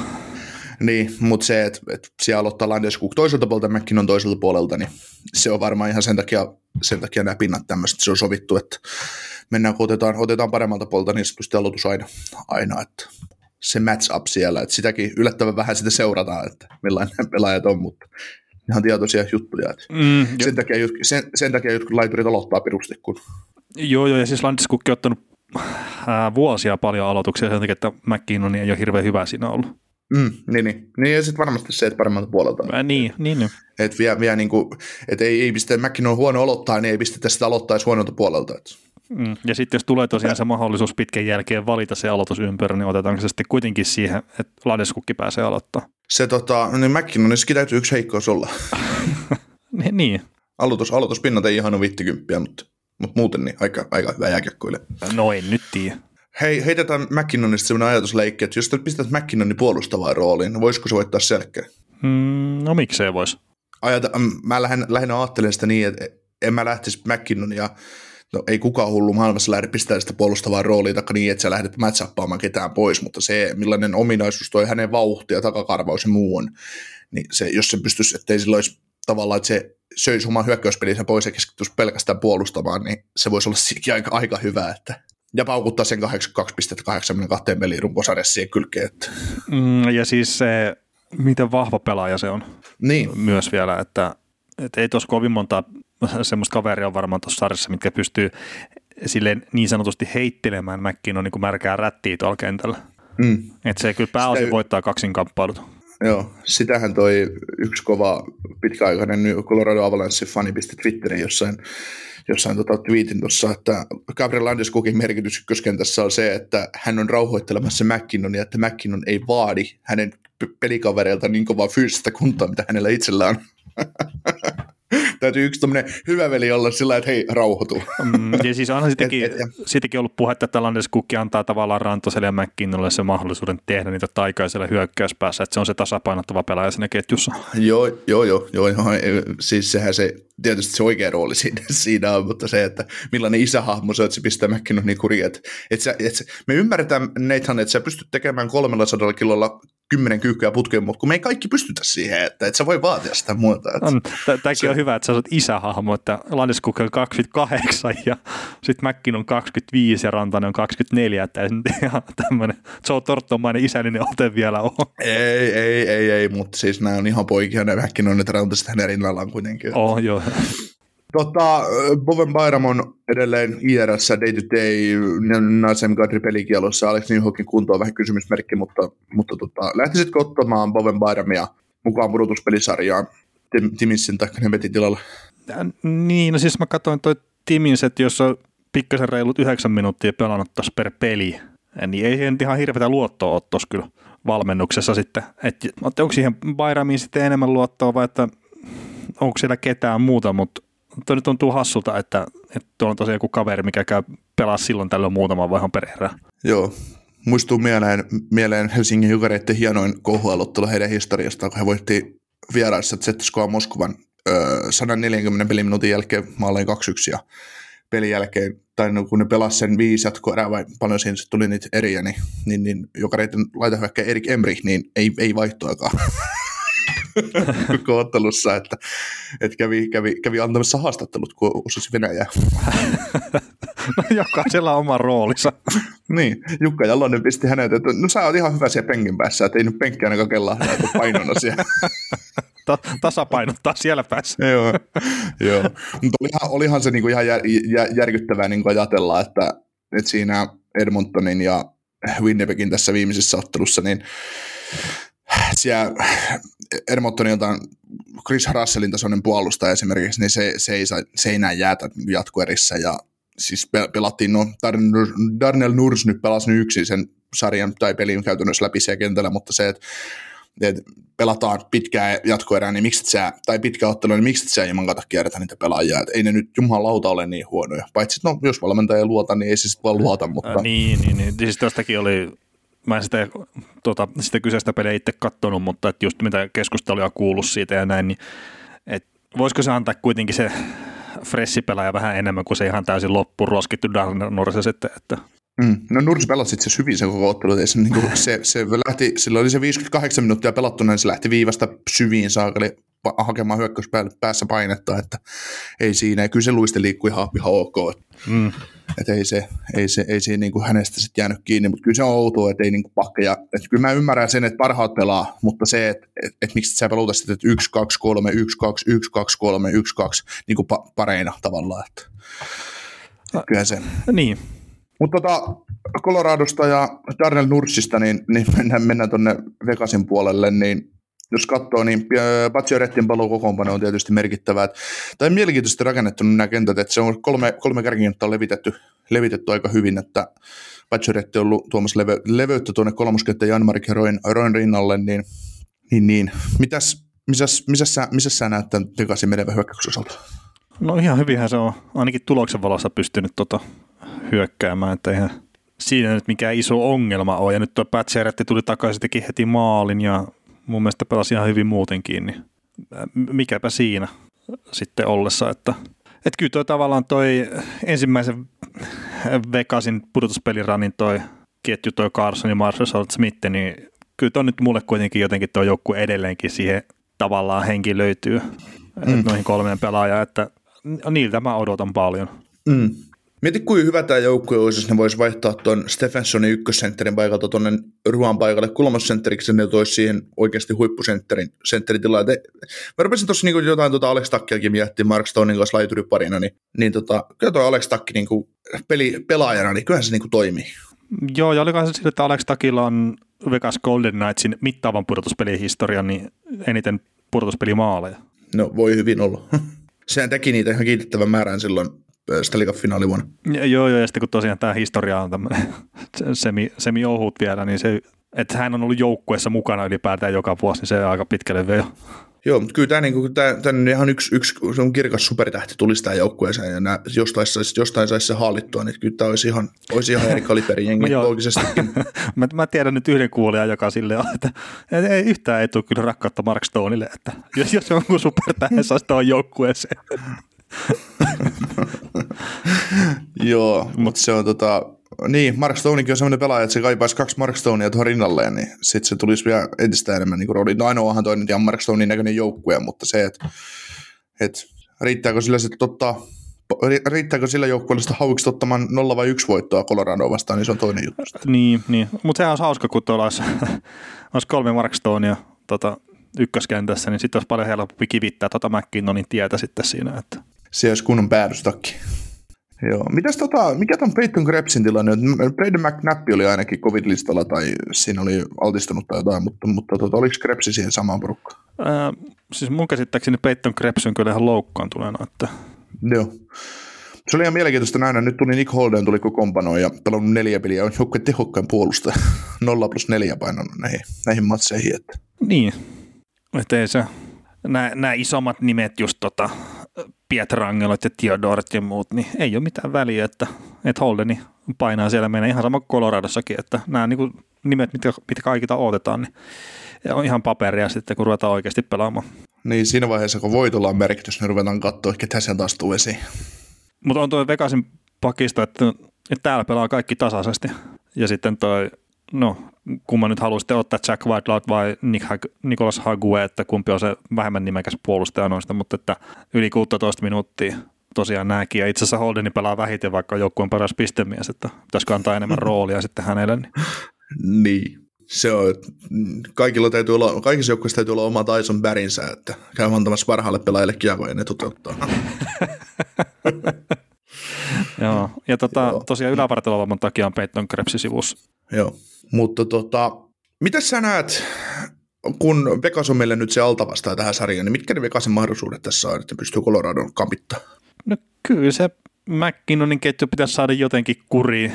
Niin, mutta se, että, että siellä aloittaa Landeskog toiselta puolelta, Mäkin on toiselta puolelta, niin se on varmaan ihan sen takia, sen takia nämä pinnat tämmöiset, se on sovittu, että mennään, kun otetaan, otetaan paremmalta puolelta, niin se pystyy aloitus aina, aina, että se match up siellä, että sitäkin yllättävän vähän sitä seurataan, että millainen pelaajat on, mutta ihan tietoisia juttuja. Että mm, sen, takia, sen, sen takia jotkut laiturit aloittaa pirusti. Kun... Joo, joo, ja siis Landeskog on ottanut äh, vuosia paljon aloituksia sen takia, että McKinnon ei ole hirveän hyvä siinä ollut. Mm, niin, niin. niin, ja sitten varmasti se, että paremmalta puolelta. Äh, niin, niin, niin. Että vie, vie niin kuin, että ei, ei pistä, McKinnon on huono aloittaa, niin ei pistetä sitä aloittaisi huonolta puolelta. Että. Mm, ja sitten jos tulee tosiaan se mahdollisuus pitkän jälkeen valita se aloitusympärä, niin otetaanko se sitten kuitenkin siihen, että Landeskogkin pääsee aloittamaan? Se tota, no niin McKinnonissakin täytyy yksi heikkous olla. niin. Aloitus, aloituspinnat ei ihan ole viisikymmentä, mutta, mutta muuten niin aika, aika hyvä jääkiekkoille. No en nyt tiedä. Hei, heitetään McKinnonista sellainen ajatusleikki, että jos te pistät McKinnonin puolustavaan rooliin, niin voisiko se voittaa selkeä? Mm, no miksei vois? Ajata, mä lähden, lähinnä ajattelen sitä niin, että en mä lähtisi McKinnonia. No ei kukaan hullu maailmassa lähde pistämään sitä puolustavaa roolia, taikka niin, että sä lähdet matchappaamaan ketään pois, mutta se, millainen ominaisuus toi hänen vauhti ja takakarvaus ja muu on, niin se, jos se pystyisi, ettei sillä olisi tavallaan, että se söisi oman hyökkäyspelinsä pois ja keskittyisi pelkästään puolustamaan, niin se voisi olla siinäkin aika, aika hyvä, että ja paukuttaa sen kahdeksankymmentäkaksi pilkku kahdeksankymmentäkaksi peliin runkosarjassa siihen kylkeen. Että. Mm, ja siis se, miten vahva pelaaja se on niin. Myös vielä, että, että ei tuossa kovin monta semmoista kaveria on varmaan tuossa sarjassa, mitkä pystyy silleen niin sanotusti heittelemään McKinnon niin kuin märkää rättiä tuolla kentällä. Mm. Että se kyllä pääosin Sitä... voittaa kaksinkamppailut. Joo, sitähän toi yksi kova pitkäaikainen Colorado Avalanche-fani pisti Twitteriin jossain, jossain tota tweetin tuossa, että Gabriel Landeskogin merkitys ykköskentässä on se, että hän on rauhoittelemassa McKinnonia, että McKinnon ei vaadi hänen pelikavereilta niin kovaa fyysistä kuntoa, mitä hänellä itsellään on. Täytyy yksi tämmöinen hyvä veli olla sillä, että hei, rauhoitu. Mm, ja siis onhan sitäkin, sitäkin ollut puhetta, että Landeskog antaa tavallaan Rantoselle ja McKinnolle se mahdollisuuden tehdä niitä taikaisella hyökkäyspäässä, että se on se tasapainottava pelaaja siinä ketjussa. Joo, joo, joo, joo, joo. Siis sehän se, tietysti se oikea rooli siinä, siinä on, mutta se, että millainen isähahmo se, että se pistää McKinnonin kuriin. Että, että, että me ymmärretään, Nathan, että sä pystyt tekemään kolmellasadalla kilolla kymmenen kyykkyä putkeen, mutta kun me ei kaikki pystytä siihen, että et sä voi vaatia sitä muuta. On, tämäkin se on hyvä, että sä olet isähahmo, että Landeskog on kaksikymmentäkahdeksan ja sitten McKinnon on kaksikymmentäviisi ja Rantanen on kaksikymmentäneljä, että ei ihan tämmöinen Joe Thorntonmainen isällinen ote vielä ole. Ei, ei, ei, ei, mutta siis nämä on ihan poikia, nämä McKinnon, että Rantaset hänen rinnallaan kuitenkin. Oh, joo. Tota, Bowen Byram on edelleen I R S day to day Nazem Kadri pelikielossa. Alex Newhawkin kunto on vähän kysymysmerkki, mutta, mutta tota, lähtisitkö ottamaan Bowen Byramia mukaan pudotuspelisarjaan Tim, Timinsin tai Nemetin tilalla? Niin, no siis mä katsoin toi Timinset, jos on pikkasen reilut yhdeksän minuuttia pelannut tuossa per peli, niin ei siihen ihan hirveätä luottoa ole tuossa kyllä valmennuksessa sitten. Että onko siihen Byramiin sitten enemmän luottoa vai että onko siellä ketään muuta, mutta toi nyt tuntuu hassulta, että, että tuolla on tosiaan joku kaveri, mikä käy pelaa silloin tällöin muutaman vaihon per erää. Joo, muistuu mieleen, mieleen Helsingin Jukareiden hienoin kohualottelu heidän historiastaan, kun he voitti vieraissa Z S K A Moskovan öö, sata neljäkymmentä peliminuutin jälkeen maaleen kaksi yksi ja pelin jälkeen, tai no, kun ne pelasi sen viisi jatkoerää vai paljon siinä tuli niitä eriä, niin, niin, niin Jukareiden laitahyökkäjä Erik Emrich, niin ei, ei vaihtoakaan. Koko ottelussa, että, että kävi, kävi, kävi antamassa haastattelut, kun osasi Venäjää. No, jokaisella on oma roolinsa. Niin, Jukka Jalonen pisti hänet, että no sä oot ihan hyvä siellä penkin päässä, että ei nyt penkkiä ainakaan kellahda, että painona siellä. Ta- tasapainottaa siellä päässä. Joo, joo. Mutta olihan, olihan se niinku ihan jär, jär, järkyttävää niinku ajatella, että, että siinä Edmontonin ja Winnipegin tässä viimeisessä ottelussa, niin siellä Edmontonilta Chris Russellin tasoinen puolustaja esimerkiksi, niin se, se, ei, saa, se ei näin jäätä jatkoerissä ja siis pelattiin, no Darnell Nurse nyt pelasi nyt yksin sen sarjan tai pelin käytännössä läpi siellä kentällä, mutta se, että, että pelataan pitkää jatkoerää, niin miksi sä, tai pitkä ottelu, niin miksi sä ilman kata kierrätä niitä pelaajia, että ei ne nyt jumalauta ole niin huonoja, paitsi no jos valmentaja ei luota, niin ei se sitten vaan luota, mutta... Ää, niin, niin, niin, siis tästäkin oli... Mä en sitä, tuota, sitä kyseistä peliä itse katsonut, mutta että just mitä keskustelua kuullut siitä ja näin, niin et voisiko se antaa kuitenkin se freshipelaaja vähän enemmän kuin se ihan täysin loppuun ruoskittu Darnell Nurse sitten, että... Mm. No Nurse pelasi itse hyvin sen koko ottelu, se, niin se, se lähti, sillä oli se viisikymmentäkahdeksan minuuttia pelattuna, niin se lähti viivasta syviin saakeli hakemaan hyökkäyspäässä painetta, että ei siinä, ja kyllä se luiste liikkui ihan, ihan ok, mm. että ei se, ei se, ei se niin kuin hänestä sitten jäänyt kiinni, mutta kyllä se on outoa, että ei niin kuin pakkeja, että kyllä mä ymmärrän sen, että parhaat pelaa, mutta se, että, että, että miksi sä peluta sitten, että yksi, kaksi, kolme, yksi, kaksi, yksi, kaksi, kolme, yksi, kaksi, niin kuin pa- pareina tavallaan, että, että kyllä se. Niin. Mutta tota, Coloradosta ja Darnell Nursista, niin, niin mennään, mennään tuonne Vegasin puolelle, niin jos katsoo, niin Paciorettin paluu kokoonpano on tietysti merkittävää. Tai mielenkiintoisesti rakennettu nämä kentät, että se on kolme, kolme kärkikenttää levitetty, levitetty aika hyvin, että Pacioretti on ollut tuomassa leve, leveyttä tuonne kolmoskenttä Janmark ja Roin, Roin rinnalle, niin, niin, niin. Mitäs, missäs, missäs, sä, missäs sä näet tämän Vegasin menevän hyökkäyksen osalta? No ihan hyvinhän se on ainakin tuloksen valossa pystynyt tota hyökkäämään, että eihän siinä nyt mikään iso ongelma ole. Ja nyt tuo Pacioretti tuli takaisin, teki heti maalin ja mun mielestä pelasi ihan hyvin muutenkin, niin mikäpä siinä sitten ollessa, että, että kyllä toi tavallaan toi ensimmäisen Vegasin pudotuspeliranin toi ketju, toi Carson ja Marshall Smith, niin kyllä toi nyt mulle kuitenkin jotenkin toi joukkue edelleenkin siihen tavallaan henki löytyy mm. noihin kolmeen pelaajaan, että niiltä mä odotan paljon. Mm. Mieti, kuinka hyvä tämä joukkue olisi, jos ne voisi vaihtaa tuon Stephensonin ykkössentterin paikalta tuonne Ruan paikalle kolmossentteriksi, ja ne toisi siihen oikeasti huippusentterin sentteritilaa. Mä rupesin tuossa niinku jotain tuota Alex Tackiakin miettimään Mark Stonein kanssa laituriparina, niin, niin tota, kyllä tuo Alex Tacki niinku peli, pelaajana, niin kyllähän se niinku toimii. Joo, ja olikohan se sillä, että Alex Tackilla on Vegas Golden Knightsin mittaavan pudotuspelihistorian, niin eniten pudotuspelimaaleja. No, voi hyvin olla. Sehän teki niitä ihan kiitettävän määrän silloin Stanley Cup-finaali vuonna. Ja, joo, joo, ja sitten kun tosiaan tämä historia on tämmöinen semi, semi-ohut vielä, niin se, että hän on ollut joukkueessa mukana ylipäätään joka vuosi, niin se on aika pitkälle veo. Joo, mutta kyllä tämä, niinku, tämä, tämä ihan yksi, yksi se on kirkas supertähti tulisi tähän joukkueeseen, ja nämä, jostain, saisi, jostain saisi se hallittua, niin kyllä tämä olisi ihan, olisi ihan eri kaliberin jengi loogisestikin. mä, mä tiedän nyt yhden kuulijan, joka silleen on, että ei yhtään ei tule kyllä rakkautta Mark Stoneille, että jos, jos jonkun supertähti saisi tuohon joukkueeseen. Joo, mutta se on tota, niin, Mark Stonekin on sellainen pelaaja, että se kaipaisi kaksi Mark Stonea tuohon rinnalleen, niin sitten se tulisi vielä entistä enemmän niin rooli. No ainoahan toi nyt ihan Mark Stonein näköinen joukkue, mutta se, että et, riittääkö sillä sitten ottaa, riittääkö sillä joukkueella sitä hauiksi ottamaan nolla vai yksi voittoa Coloradoa vastaan, niin se on toinen juttu. Niin, niin. Mutta sehän olisi hauska, kun tuolla olisi, olisi kolme Mark Stonea tota, ykköskentässä, niin sitten olisi paljon helpompi kivittää tuota McKinnonin tietä sitten siinä, että Se olisi kunnon päädystakki. Joo. Mitäs tota, mikä ton Peyton Krebsin tilanne? Braden McNabb oli ainakin covid-listalla tai siinä oli altistunut tai jotain, mutta, mutta tota, oliko Krebsi siihen samaan porukkaan? Ää, siis mun käsittääkseni Peyton Krebs on kyllä ihan loukkaantuneena. Että... Joo. Se oli ihan mielenkiintoista nähdä. Nyt tuli Nick Holden, tuli kokoonpanoon ja pelannut neljä peliä. On joukkueen tehokkain puolustaja. Nolla plus neljä painanut näihin, näihin matseihin. Että. Niin. Että ei se, nämä isommat nimet just tota, Pietrangelot ja Theodoret ja muut, niin ei ole mitään väliä, että, että Holdeni painaa siellä menee ihan sama kuin Coloradossakin, että nämä niin kuin nimet, mitkä, mitkä kaikilta odotetaan, niin on ihan paperia sitten, kun ruvetaan oikeasti pelaamaan. Niin, siinä vaiheessa, kun voitolla on merkitys, niin ruvetaan katsoa, ketä sieltä taas tuu esiin. Mutta on tuo Vegasin pakista, että, että täällä pelaa kaikki tasaisesti. Ja sitten toi, no, kun mä nyt haluaisin ottaa Jack Whitelaw vai Nick Hag, Nicolas Hague, että kumpi on se vähemmän nimekäs puolustaja noista, mutta että yli kuusitoista minuuttia tosiaan nämäkin. Ja itse asiassa Holdeni pelaa vähiten, vaikka joukkueen paras pistemies, että pitäisikö antaa enemmän roolia sitten hänelle. Niin. niin. Se on, kaikilla täytyy olla, kaikissa joukkueissa täytyy olla oma Tyson Barrynsä, että käy antamassa parhaalle pelaajille kiekoja ja ne toteuttaa. Joo, ja tota, Joo. tosiaan ylävartalovalman takia on Peyton Krebsin sivussa. Joo, mutta tota, mitäs sä näet, kun Vegas on meille nyt se altavastaa tähän sarjaan, niin mitkä ne Vegasin mahdollisuudet tässä on, että pystyy Coloradon kampittaa? No kyllä se McKinnonin ketju pitäisi saada jotenkin kuriin,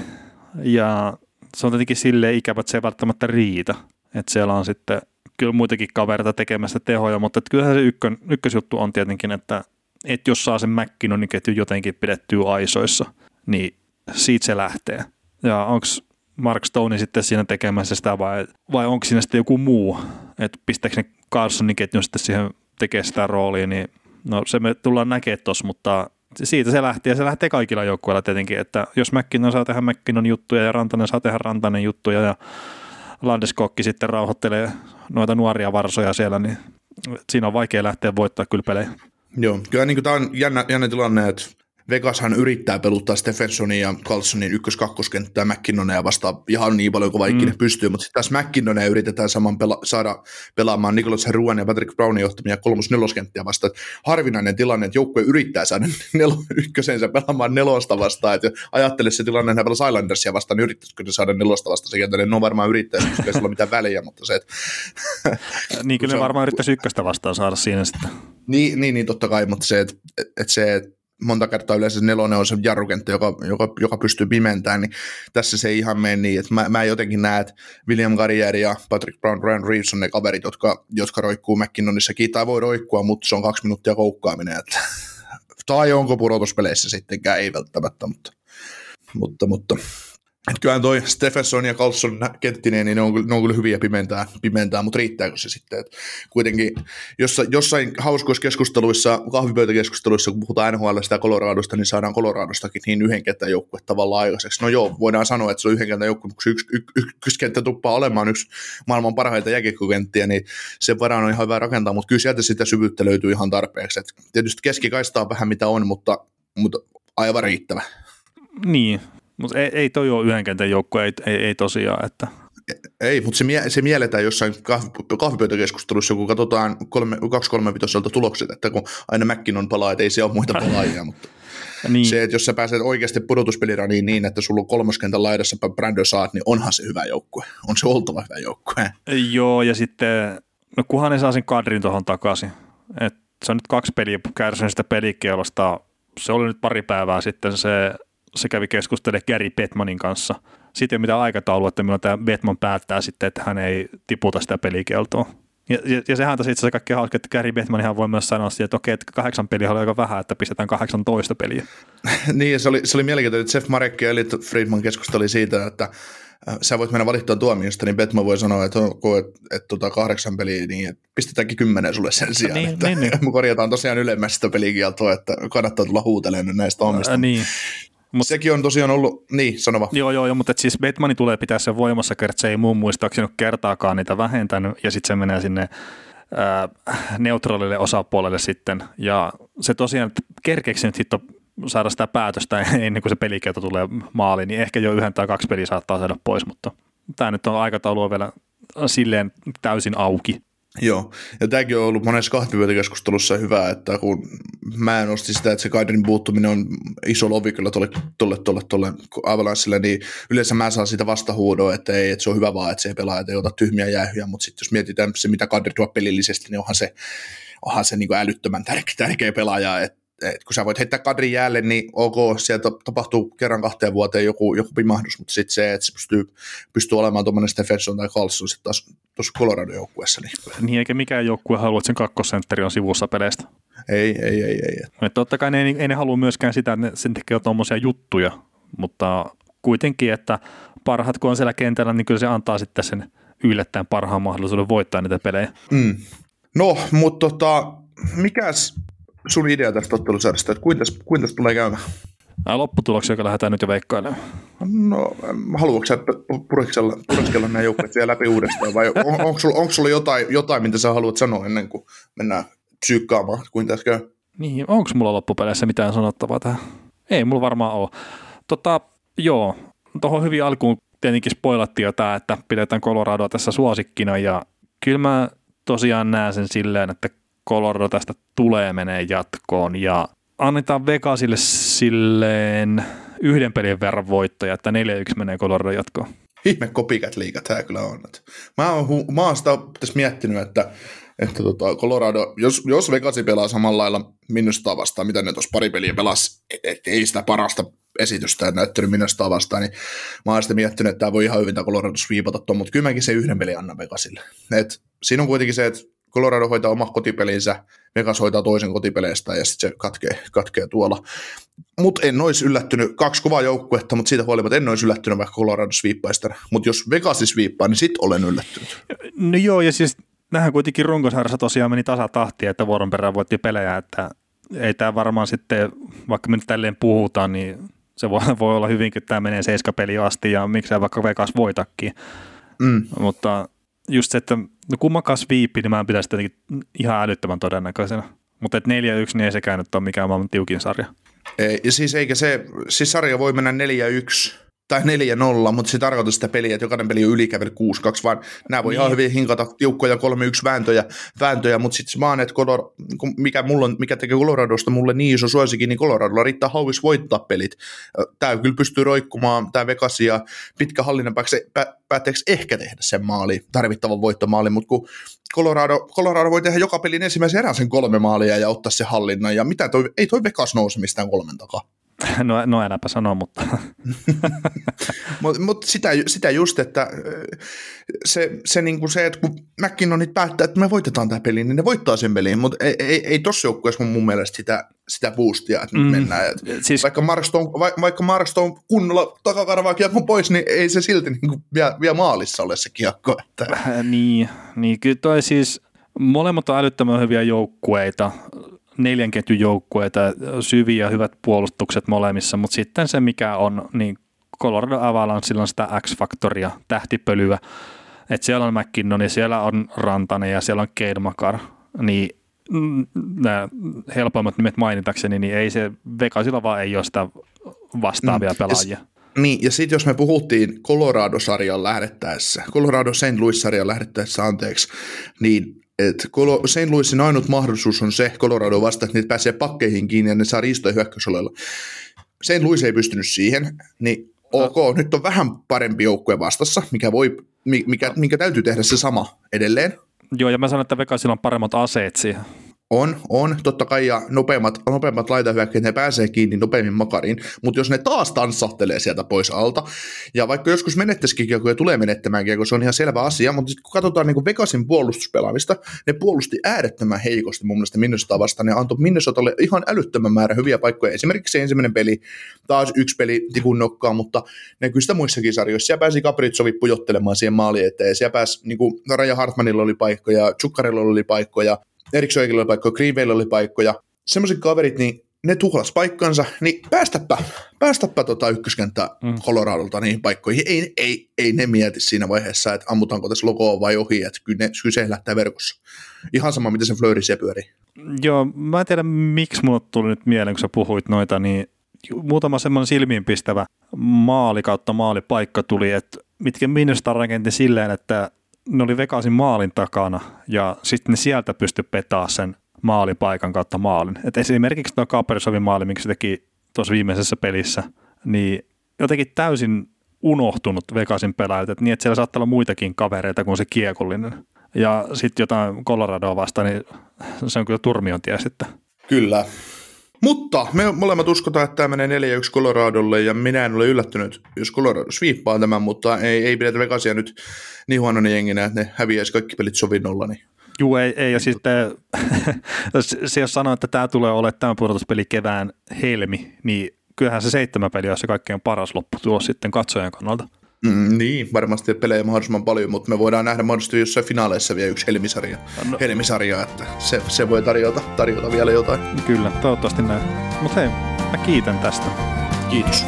ja se on tietenkin silleen ikävä, että se ei välttämättä riitä. Että siellä on sitten kyllä muitakin kavereita tekemässä tehoja, mutta kyllähän se ykkös, ykkösjuttu on tietenkin, että, että jos saa sen McKinnonin ketju jotenkin pidettyä aisoissa, niin siitä se lähtee. Ja onko Mark Stone sitten siinä tekemässä sitä vai, vai onko siinä sitten joku muu? Että pistääkö ne Carsonin ketjun sitten siihen tekemään sitä roolia, niin no se me tullaan näkemään tuossa, mutta siitä se lähtee, ja se lähtee kaikilla joukkueilla tietenkin, että jos McKinnon saa tehdä McKinnon juttuja ja Rantanen saa tehdä Rantanen juttuja ja Landeskogki sitten rauhoittelee noita nuoria varsoja siellä, niin siinä on vaikea lähteä voittaa kyllä pelejä. Joo, kyllä niin tämä on jännä, jännä tilanne, että Vegashan yrittää peluttaa Stephensonin ja Carlsonin ykkös-kakkoskenttää McKinnonia vastaan ihan niin paljon kuin vaikka mm. ne pystyy, mutta sitten taas McKinnonia yritetään saman pela- saada pelaamaan Nicholas Heruan ja Patrick Brownin johtamia kolmos-neloskenttiä vastaan. Harvinainen tilanne, että joukkue yrittää saada nel- ykkösensä pelaamaan nelosta vastaan, että ajattele se tilanne, että hän pelasi Islandersia vastaan, niin yrittäisikö ne saada nelosta vastaan se kentälle? No varmaan yrittäisi, koska ei sillä ole mitään väliä, mutta se, että... niin kyllä ne varmaan yrittäisi ykköstä vastaan saada siinä sitten. Niin, niin, niin totta kai, mutta se, että, että se, monta kertaa yleensä nelonen on se jarrukenttä, joka, joka, joka pystyy pimentämään, niin tässä se ei ihan mene niin, että mä, mä jotenkin näen, että William Garrieri ja Patrick Brown, Ryan Reeves on ne kaverit, jotka, jotka roikkuu McKinnonissakin, tai voi roikkua, mutta se on kaksi minuuttia koukkaaminen, että, tai onko pudotuspeleissä sittenkään, ei välttämättä, mutta, mutta, mutta. Että kyllähän toi Stephenson ja Carlson kenttinen, niin ne on, ne on kyllä hyviä pimentää, pimentää, mutta riittääkö se sitten? Että kuitenkin jossain, jossain hauskoissa kahvipöytäkeskusteluissa, kun puhutaan N H L:stä ja Coloradosta, niin saadaan Coloradostakin niin yhden kentän joukkue tavallaan aikaiseksi. No joo, voidaan sanoa, että se on yhden kentän joukkue, kun yksi, yksi, yksi kenttä tuppaa olemaan yksi maailman parhaita jääkiekkokenttiä, niin sen varaan on ihan hyvä rakentaa, mutta kyllä sieltä sitä syvyyttä löytyy ihan tarpeeksi. Että tietysti keskikaista on vähän mitä on, mutta, mutta aivan riittävä. Niin. Mutta ei, ei toi ole yhden kentän joukkue, ei, ei, ei tosiaan. Että. Ei, mutta se, mie- se mielletään jossain kahvi, kahvipöytäkeskustelussa, kun katsotaan kaksi kolme vitoselta tulokset, että kun aina McKinnon palaa, että ei se ole muita pelaajia, mutta niin. Se, että jos sä pääset oikeasti pudotuspeliraniin niin, että sulla on kolmoskentän laidassa Brandon Saad, niin onhan se hyvä joukkue. On se oltava hyvä joukkue. Joo, ja sitten, no kunhan ne saa sen kadrin tuohon takaisin. Et se on nyt kaksi peliä kärsinyt sitä pelikielosta. Se oli nyt pari päivää sitten se... Se kävi keskustelemaan Gary Bettmanin kanssa. Siitä ei ole mitään aikataulua, että milloin tämä Bettman päättää sitten, että hän ei tiputa sitä pelikieltoa. Ja, ja, ja sehän on itse asiassa kaikkein hauska, että Gary Bettmanihan voi myös sanoa, että okei, että kahdeksan peliä oli aika vähän, että pistetään kahdeksantoista peliä. Niin, se oli, se oli mielenkiintoinen, että Jeff Marek ja Elliot Friedman keskusteli siitä, että sä voit mennä valittamaan tuomiosta, niin Bettman voi sanoa, että, että, että, että tuota kahdeksan peliä, niin että pistetäänkin kymmenen sulle sen sijaan. Niin, että niin, niin. Me korjataan tosiaan ylemmästä pelikieltoa, että kannattaa tulla huutelemaan näistä omista. Äh, niin. Mut, sekin on tosiaan ollut, niin, sano vaan. Joo, joo, joo, mutta siis Bettmani tulee pitää sen voimassa, kertaa se ei muun muistaakseni ole kertaakaan niitä vähentänyt, ja sitten se menee sinne ää, neutraalille osapuolelle sitten, ja se tosiaan, kerkeeksi nyt hitto saada sitä päätöstä ennen kuin se pelikielto tulee maaliin, niin ehkä jo yhden tai kaksi peliä saattaa saada pois, mutta tämä nyt on aikataulua vielä silleen täysin auki. Joo, ja tämäkin on ollut monessa kahvipöytäkeskustelussa hyvä, että kun mä nostin sitä, että se Kadrin puuttuminen on iso lovi kyllä tuolle, tuolle, tuolle, tuolle Avalanchelle, niin yleensä mä saan sitä vastahuudoa, että ei, että se on hyvä vaan, että se pelaa, että ei ota tyhmiä jäähyjä, mutta sitten jos mietitään se, mitä Kadri tuo pelillisesti, niin onhan se, onhan se niin kuin älyttömän tärkeä, tärkeä pelaaja, että et kun sä voit heittää Kadrin jäälle, niin ok, sieltä tapahtuu kerran kahteen vuoteen joku, joku pimahdus, mutta sitten se, että se pystyy, pystyy olemaan tuommoinen Stephenson tai Carlson sitten taas tuossa Colorado-joukkueessa. Niin. niin, eikä mikään joukkue halua, että sen kakkosentteri on sivussa peleistä. Ei, ei, ei. ei. Et totta kai ne ei, ei ne halua myöskään sitä, että ne sen tekee tuommoisia juttuja, mutta kuitenkin, että parhaat kun on siellä kentällä, niin kyllä se antaa sitten sen yllättäen parhaan mahdollisuuden voittaa niitä pelejä. Mm. No, mutta tota, mikäs sun idea tästä ottelusarjasta, että kuinka tässä tulee käymään? Lopputuloksia, joka lähdetään nyt jo veikkailemaan. No, haluatko sä pureskella, pureskella nämä joukkueet vielä läpi uudestaan, vai on, onko sulla, onko sulla jotain, jotain, mitä sä haluat sanoa ennen kuin mennään psyykkaamaan, kuinka tässä käy? Niin, onko mulla loppupeleissä mitään sanottavaa tähän? Ei mulla varmaan ole. Tota, joo, tuohon hyvin alkuun tietenkin spoilattiin jo tämä, että pidetään Coloradoa tässä suosikkina, ja kyllä mä tosiaan näen sen silleen, että Colorado tästä tulee menee jatkoon, ja annetaan Vegasille silleen yhden pelin verran voittoja, että neljä yksi menee Colorado jatkoon. Ihme copycat-liiga tämä kyllä on. Mä oon, hu- mä oon sitä tässä miettinyt, että, että tota Colorado, jos, jos Vegasi pelaa samalla lailla Minnesota vastaan, mitä ne tuossa pari peliä pelasi, et ei sitä parasta esitystä näyttänyt Minnesota vastaan, niin mä oon sitä miettinyt, että tämä voi ihan hyvin tämä Colorado sweepata tuon, mutta kyllä mäkin se yhden pelin annan Vegasille. Et siinä on kuitenkin se, että Colorado hoitaa oma kotipelinsä, Vegas hoitaa toisen kotipeleistä ja sitten se katkee, katkee tuolla. Mutta en olisi yllättynyt, kaksi kovaa joukkuetta, mutta siitä huolimatta en olisi yllättynyt vaikka Colorado sweeppaista. Mutta jos Vegas sweeppaa, niin sitten olen yllättynyt. No joo, ja siis nähdään kuitenkin runkosarjassa tosiaan meni tasatahtia, että vuoron perään voitti pelejä, että ei tämä varmaan sitten, vaikka me nyt tälleen puhutaan, niin se voi, voi olla hyvinkin, että tämä menee seiskapeliin asti ja miksei vaikka Vegas voitakin. Mm. Mutta just se, että no kummankaan sweepi, niin mä pitäisi sitä ihan älyttömän todennäköisenä. Mutta neljä yksi, niin ei sekään nyt ole mikään maailman tiukin sarja. Ei, ja siis eikä se, siis sarja voi mennä neljä yksi tai neljä nolla, mutta se tarkoittaa sitä peliä, että jokainen peli on ylikävely kuusi kaksi, vaan nämä voi niin ihan hyvin hinkata tiukkoja kolme yksi vääntöjä, vääntöjä mutta sitten vaan, että Colorado, mikä, mulla on, mikä tekee Coloradosta mulle niin iso suosikin, niin Coloradolla riittää hauvis voittaa pelit. Tämä kyllä pystyy roikkumaan, tämä Vegas ja pitkä hallinnan päätteeksi ehkä tehdä sen maali, tarvittavan voittomaali, mutta kun Colorado, Colorado voi tehdä joka pelin ensimmäisen erän sen kolme maalia ja ottaa se hallinnan, ja mitä toi, ei toi Vegas nouse mistään kolmen takaa. No, no enäpä sanoa, mutta... Mutta mut sitä, sitä just, että se, se, niinku se että kun McKinnonit päättää, että me voitetaan tämä peli, niin ne voittaa sen peliin, mutta ei, ei, ei tossa joukkueessa mun mielestä sitä, sitä boostia, että mm. nyt mennään. Et siis... Vaikka Marston, va, vaikka Marston kunnolla takakarvaa kiekon pois, niin ei se silti niinku vielä, vielä maalissa ole se kiekko. Että... Äh, niin, niin, kyllä toi siis molemmat on älyttömän hyviä joukkueita. Neljän ketjun joukkueita, syviä ja hyvät puolustukset molemmissa, mutta sitten se mikä on, niin Colorado Avalanchella on sitä X-faktoria, tähtipölyä, että siellä on McKinnon ja siellä on Rantanen ja siellä on Cale Makar, niin nämä helpoimmat nimet mainitakseni, niin ei se Vegasilla vaan ei ole sitä vastaavia mm. pelaajia. Ja, niin, ja sitten jos me puhuttiin Colorado-sarjan lähdettäessä, Colorado Saint Louis-sarjan lähdettäessä, anteeksi, niin että Saint Louisin ainut mahdollisuus on se Colorado vasta, että niitä pääsee pakkeihin kiinni ja ne saa riistoja hyökkäysolella. Saint Louis ei pystynyt siihen, niin ok, no. Nyt on vähän parempi joukkue vastassa, mikä, voi, mikä, mikä täytyy tehdä se sama edelleen. Joo, ja mä sanon, että Vegasilla on paremmat aseet siihen. On, on, totta kai, ja nopeammat, nopeammat laitahyökkäät, ne pääsee kiinni nopeammin Makariin, mutta jos ne taas tanssahtelee sieltä pois alta, ja vaikka joskus menettäisikin kiekko ja tulee menettämään kiekko, se on ihan selvä asia, mutta sitten kun katsotaan niin kuin Vegasin puolustuspelaamista, ne puolusti äärettömän heikosti mun mielestä Minnesotaa vastaan, ne antoi Minnesotalle ihan älyttömän määrä hyviä paikkoja, esimerkiksi se ensimmäinen peli, taas yksi peli tikun nokkaan, mutta näkyy sitä muissakin sarjoissa, siellä pääsi Kaprizovit pujottelemaan siihen maaliin eteen, siellä pääsi, niin kuin Raja Hartmanilla oli paikkoja, Tsukkarilla oli paikkoja, Erikssoikilla oli paikkoja, Greenville oli paikkoja. Semmoiset kaverit, niin ne tuhlas paikkansa, niin päästäpä, päästäpä tota ykköskenttää mm. Coloradolta niihin paikkoihin. Ei, ei, ei ne mieti siinä vaiheessa, että ammutaanko tässä logoa vai ohi, että kyllä, ne, kyllä se lähtee verkossa. Ihan sama, miten se Fleury siellä pyörii. Joo, mä en tiedä, miksi mulle tuli nyt mieleen, kun sä puhuit noita, niin muutama semmoinen silmiinpistävä maali kautta maalipaikka tuli, että mitkä Minnesota rakentti silleen, että ne oli Vegasin maalin takana ja sitten ne sieltä pystyi petaa sen maalipaikan kautta maalin. Et esimerkiksi tuo Kaprizovin maali, minkä se teki tuossa viimeisessä pelissä, niin jotenkin täysin unohtunut Vegasin pelaajat, että niin, että siellä saattaa olla muitakin kavereita kuin se kiekollinen. Ja sitten jotain Coloradoa vastaan, niin se on kyllä turmion tie sitten. Kyllä. Mutta me molemmat uskotaan, että tämä menee neljä yksi Coloradolle, ja minä en ole yllättynyt, jos Colorado sviippaa tämän, mutta ei, ei pidetä Vegasia nyt niin huonona jenginä, että ne häviäisi kaikki pelit sovinnolla. Niin. Juu, ei, ei ja sitten se jos sanoo, että tämä tulee olemaan tämä pudotuspeli kevään helmi, niin kyllähän se seitsemän peliä on se kaikkein paras lopputulos sitten katsojan kannalta. Mm, niin, varmasti pelejä mahdollisimman paljon, mutta me voidaan nähdä mahdollisesti jossain finaaleissa vielä yksi helmisarja, no. helmisarja että se, se voi tarjota, tarjota vielä jotain. Kyllä, toivottavasti näin. Mutta hei, mä kiitän tästä. Kiitos.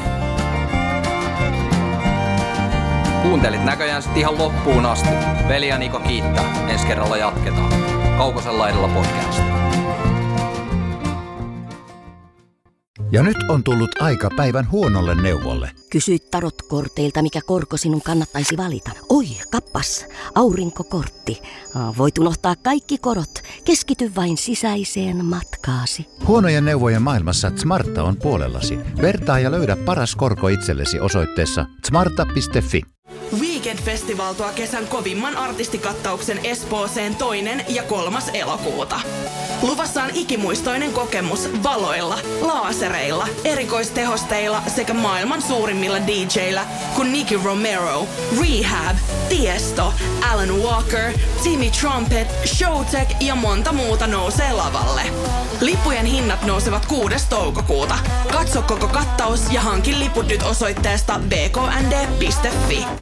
Kuuntelit näköjään sitten ihan loppuun asti. Veli ja Niko kiittää. Ensi kerralla jatketaan. Kaukosen laidalla podcast. Ja nyt on tullut aika päivän huonolle neuvolle. Kysy tarotkorteilta, mikä korko sinun kannattaisi valita. Oi, kappas, aurinkokortti. Voit unohtaa kaikki korot. Keskity vain sisäiseen matkaasi. Huonojen neuvojen maailmassa Smarta on puolellasi. Vertaa ja löydä paras korko itsellesi osoitteessa smarta piste fi. Weekend-festival tuo kesän kovimman artistikattauksen Espooseen toinen ja kolmas elokuuta. Luvassa on ikimuistoinen kokemus valoilla, laasereilla, erikoistehosteilla sekä maailman suurimmilla D J:illä kuin Nicky Romero, Rehab, Tiesto, Alan Walker, Timmy Trumpet, Showtek ja monta muuta nousee lavalle. Lippujen hinnat nousevat kuudes toukokuuta. Katso koko kattaus ja hankin liput nyt osoitteesta b k n d piste f i.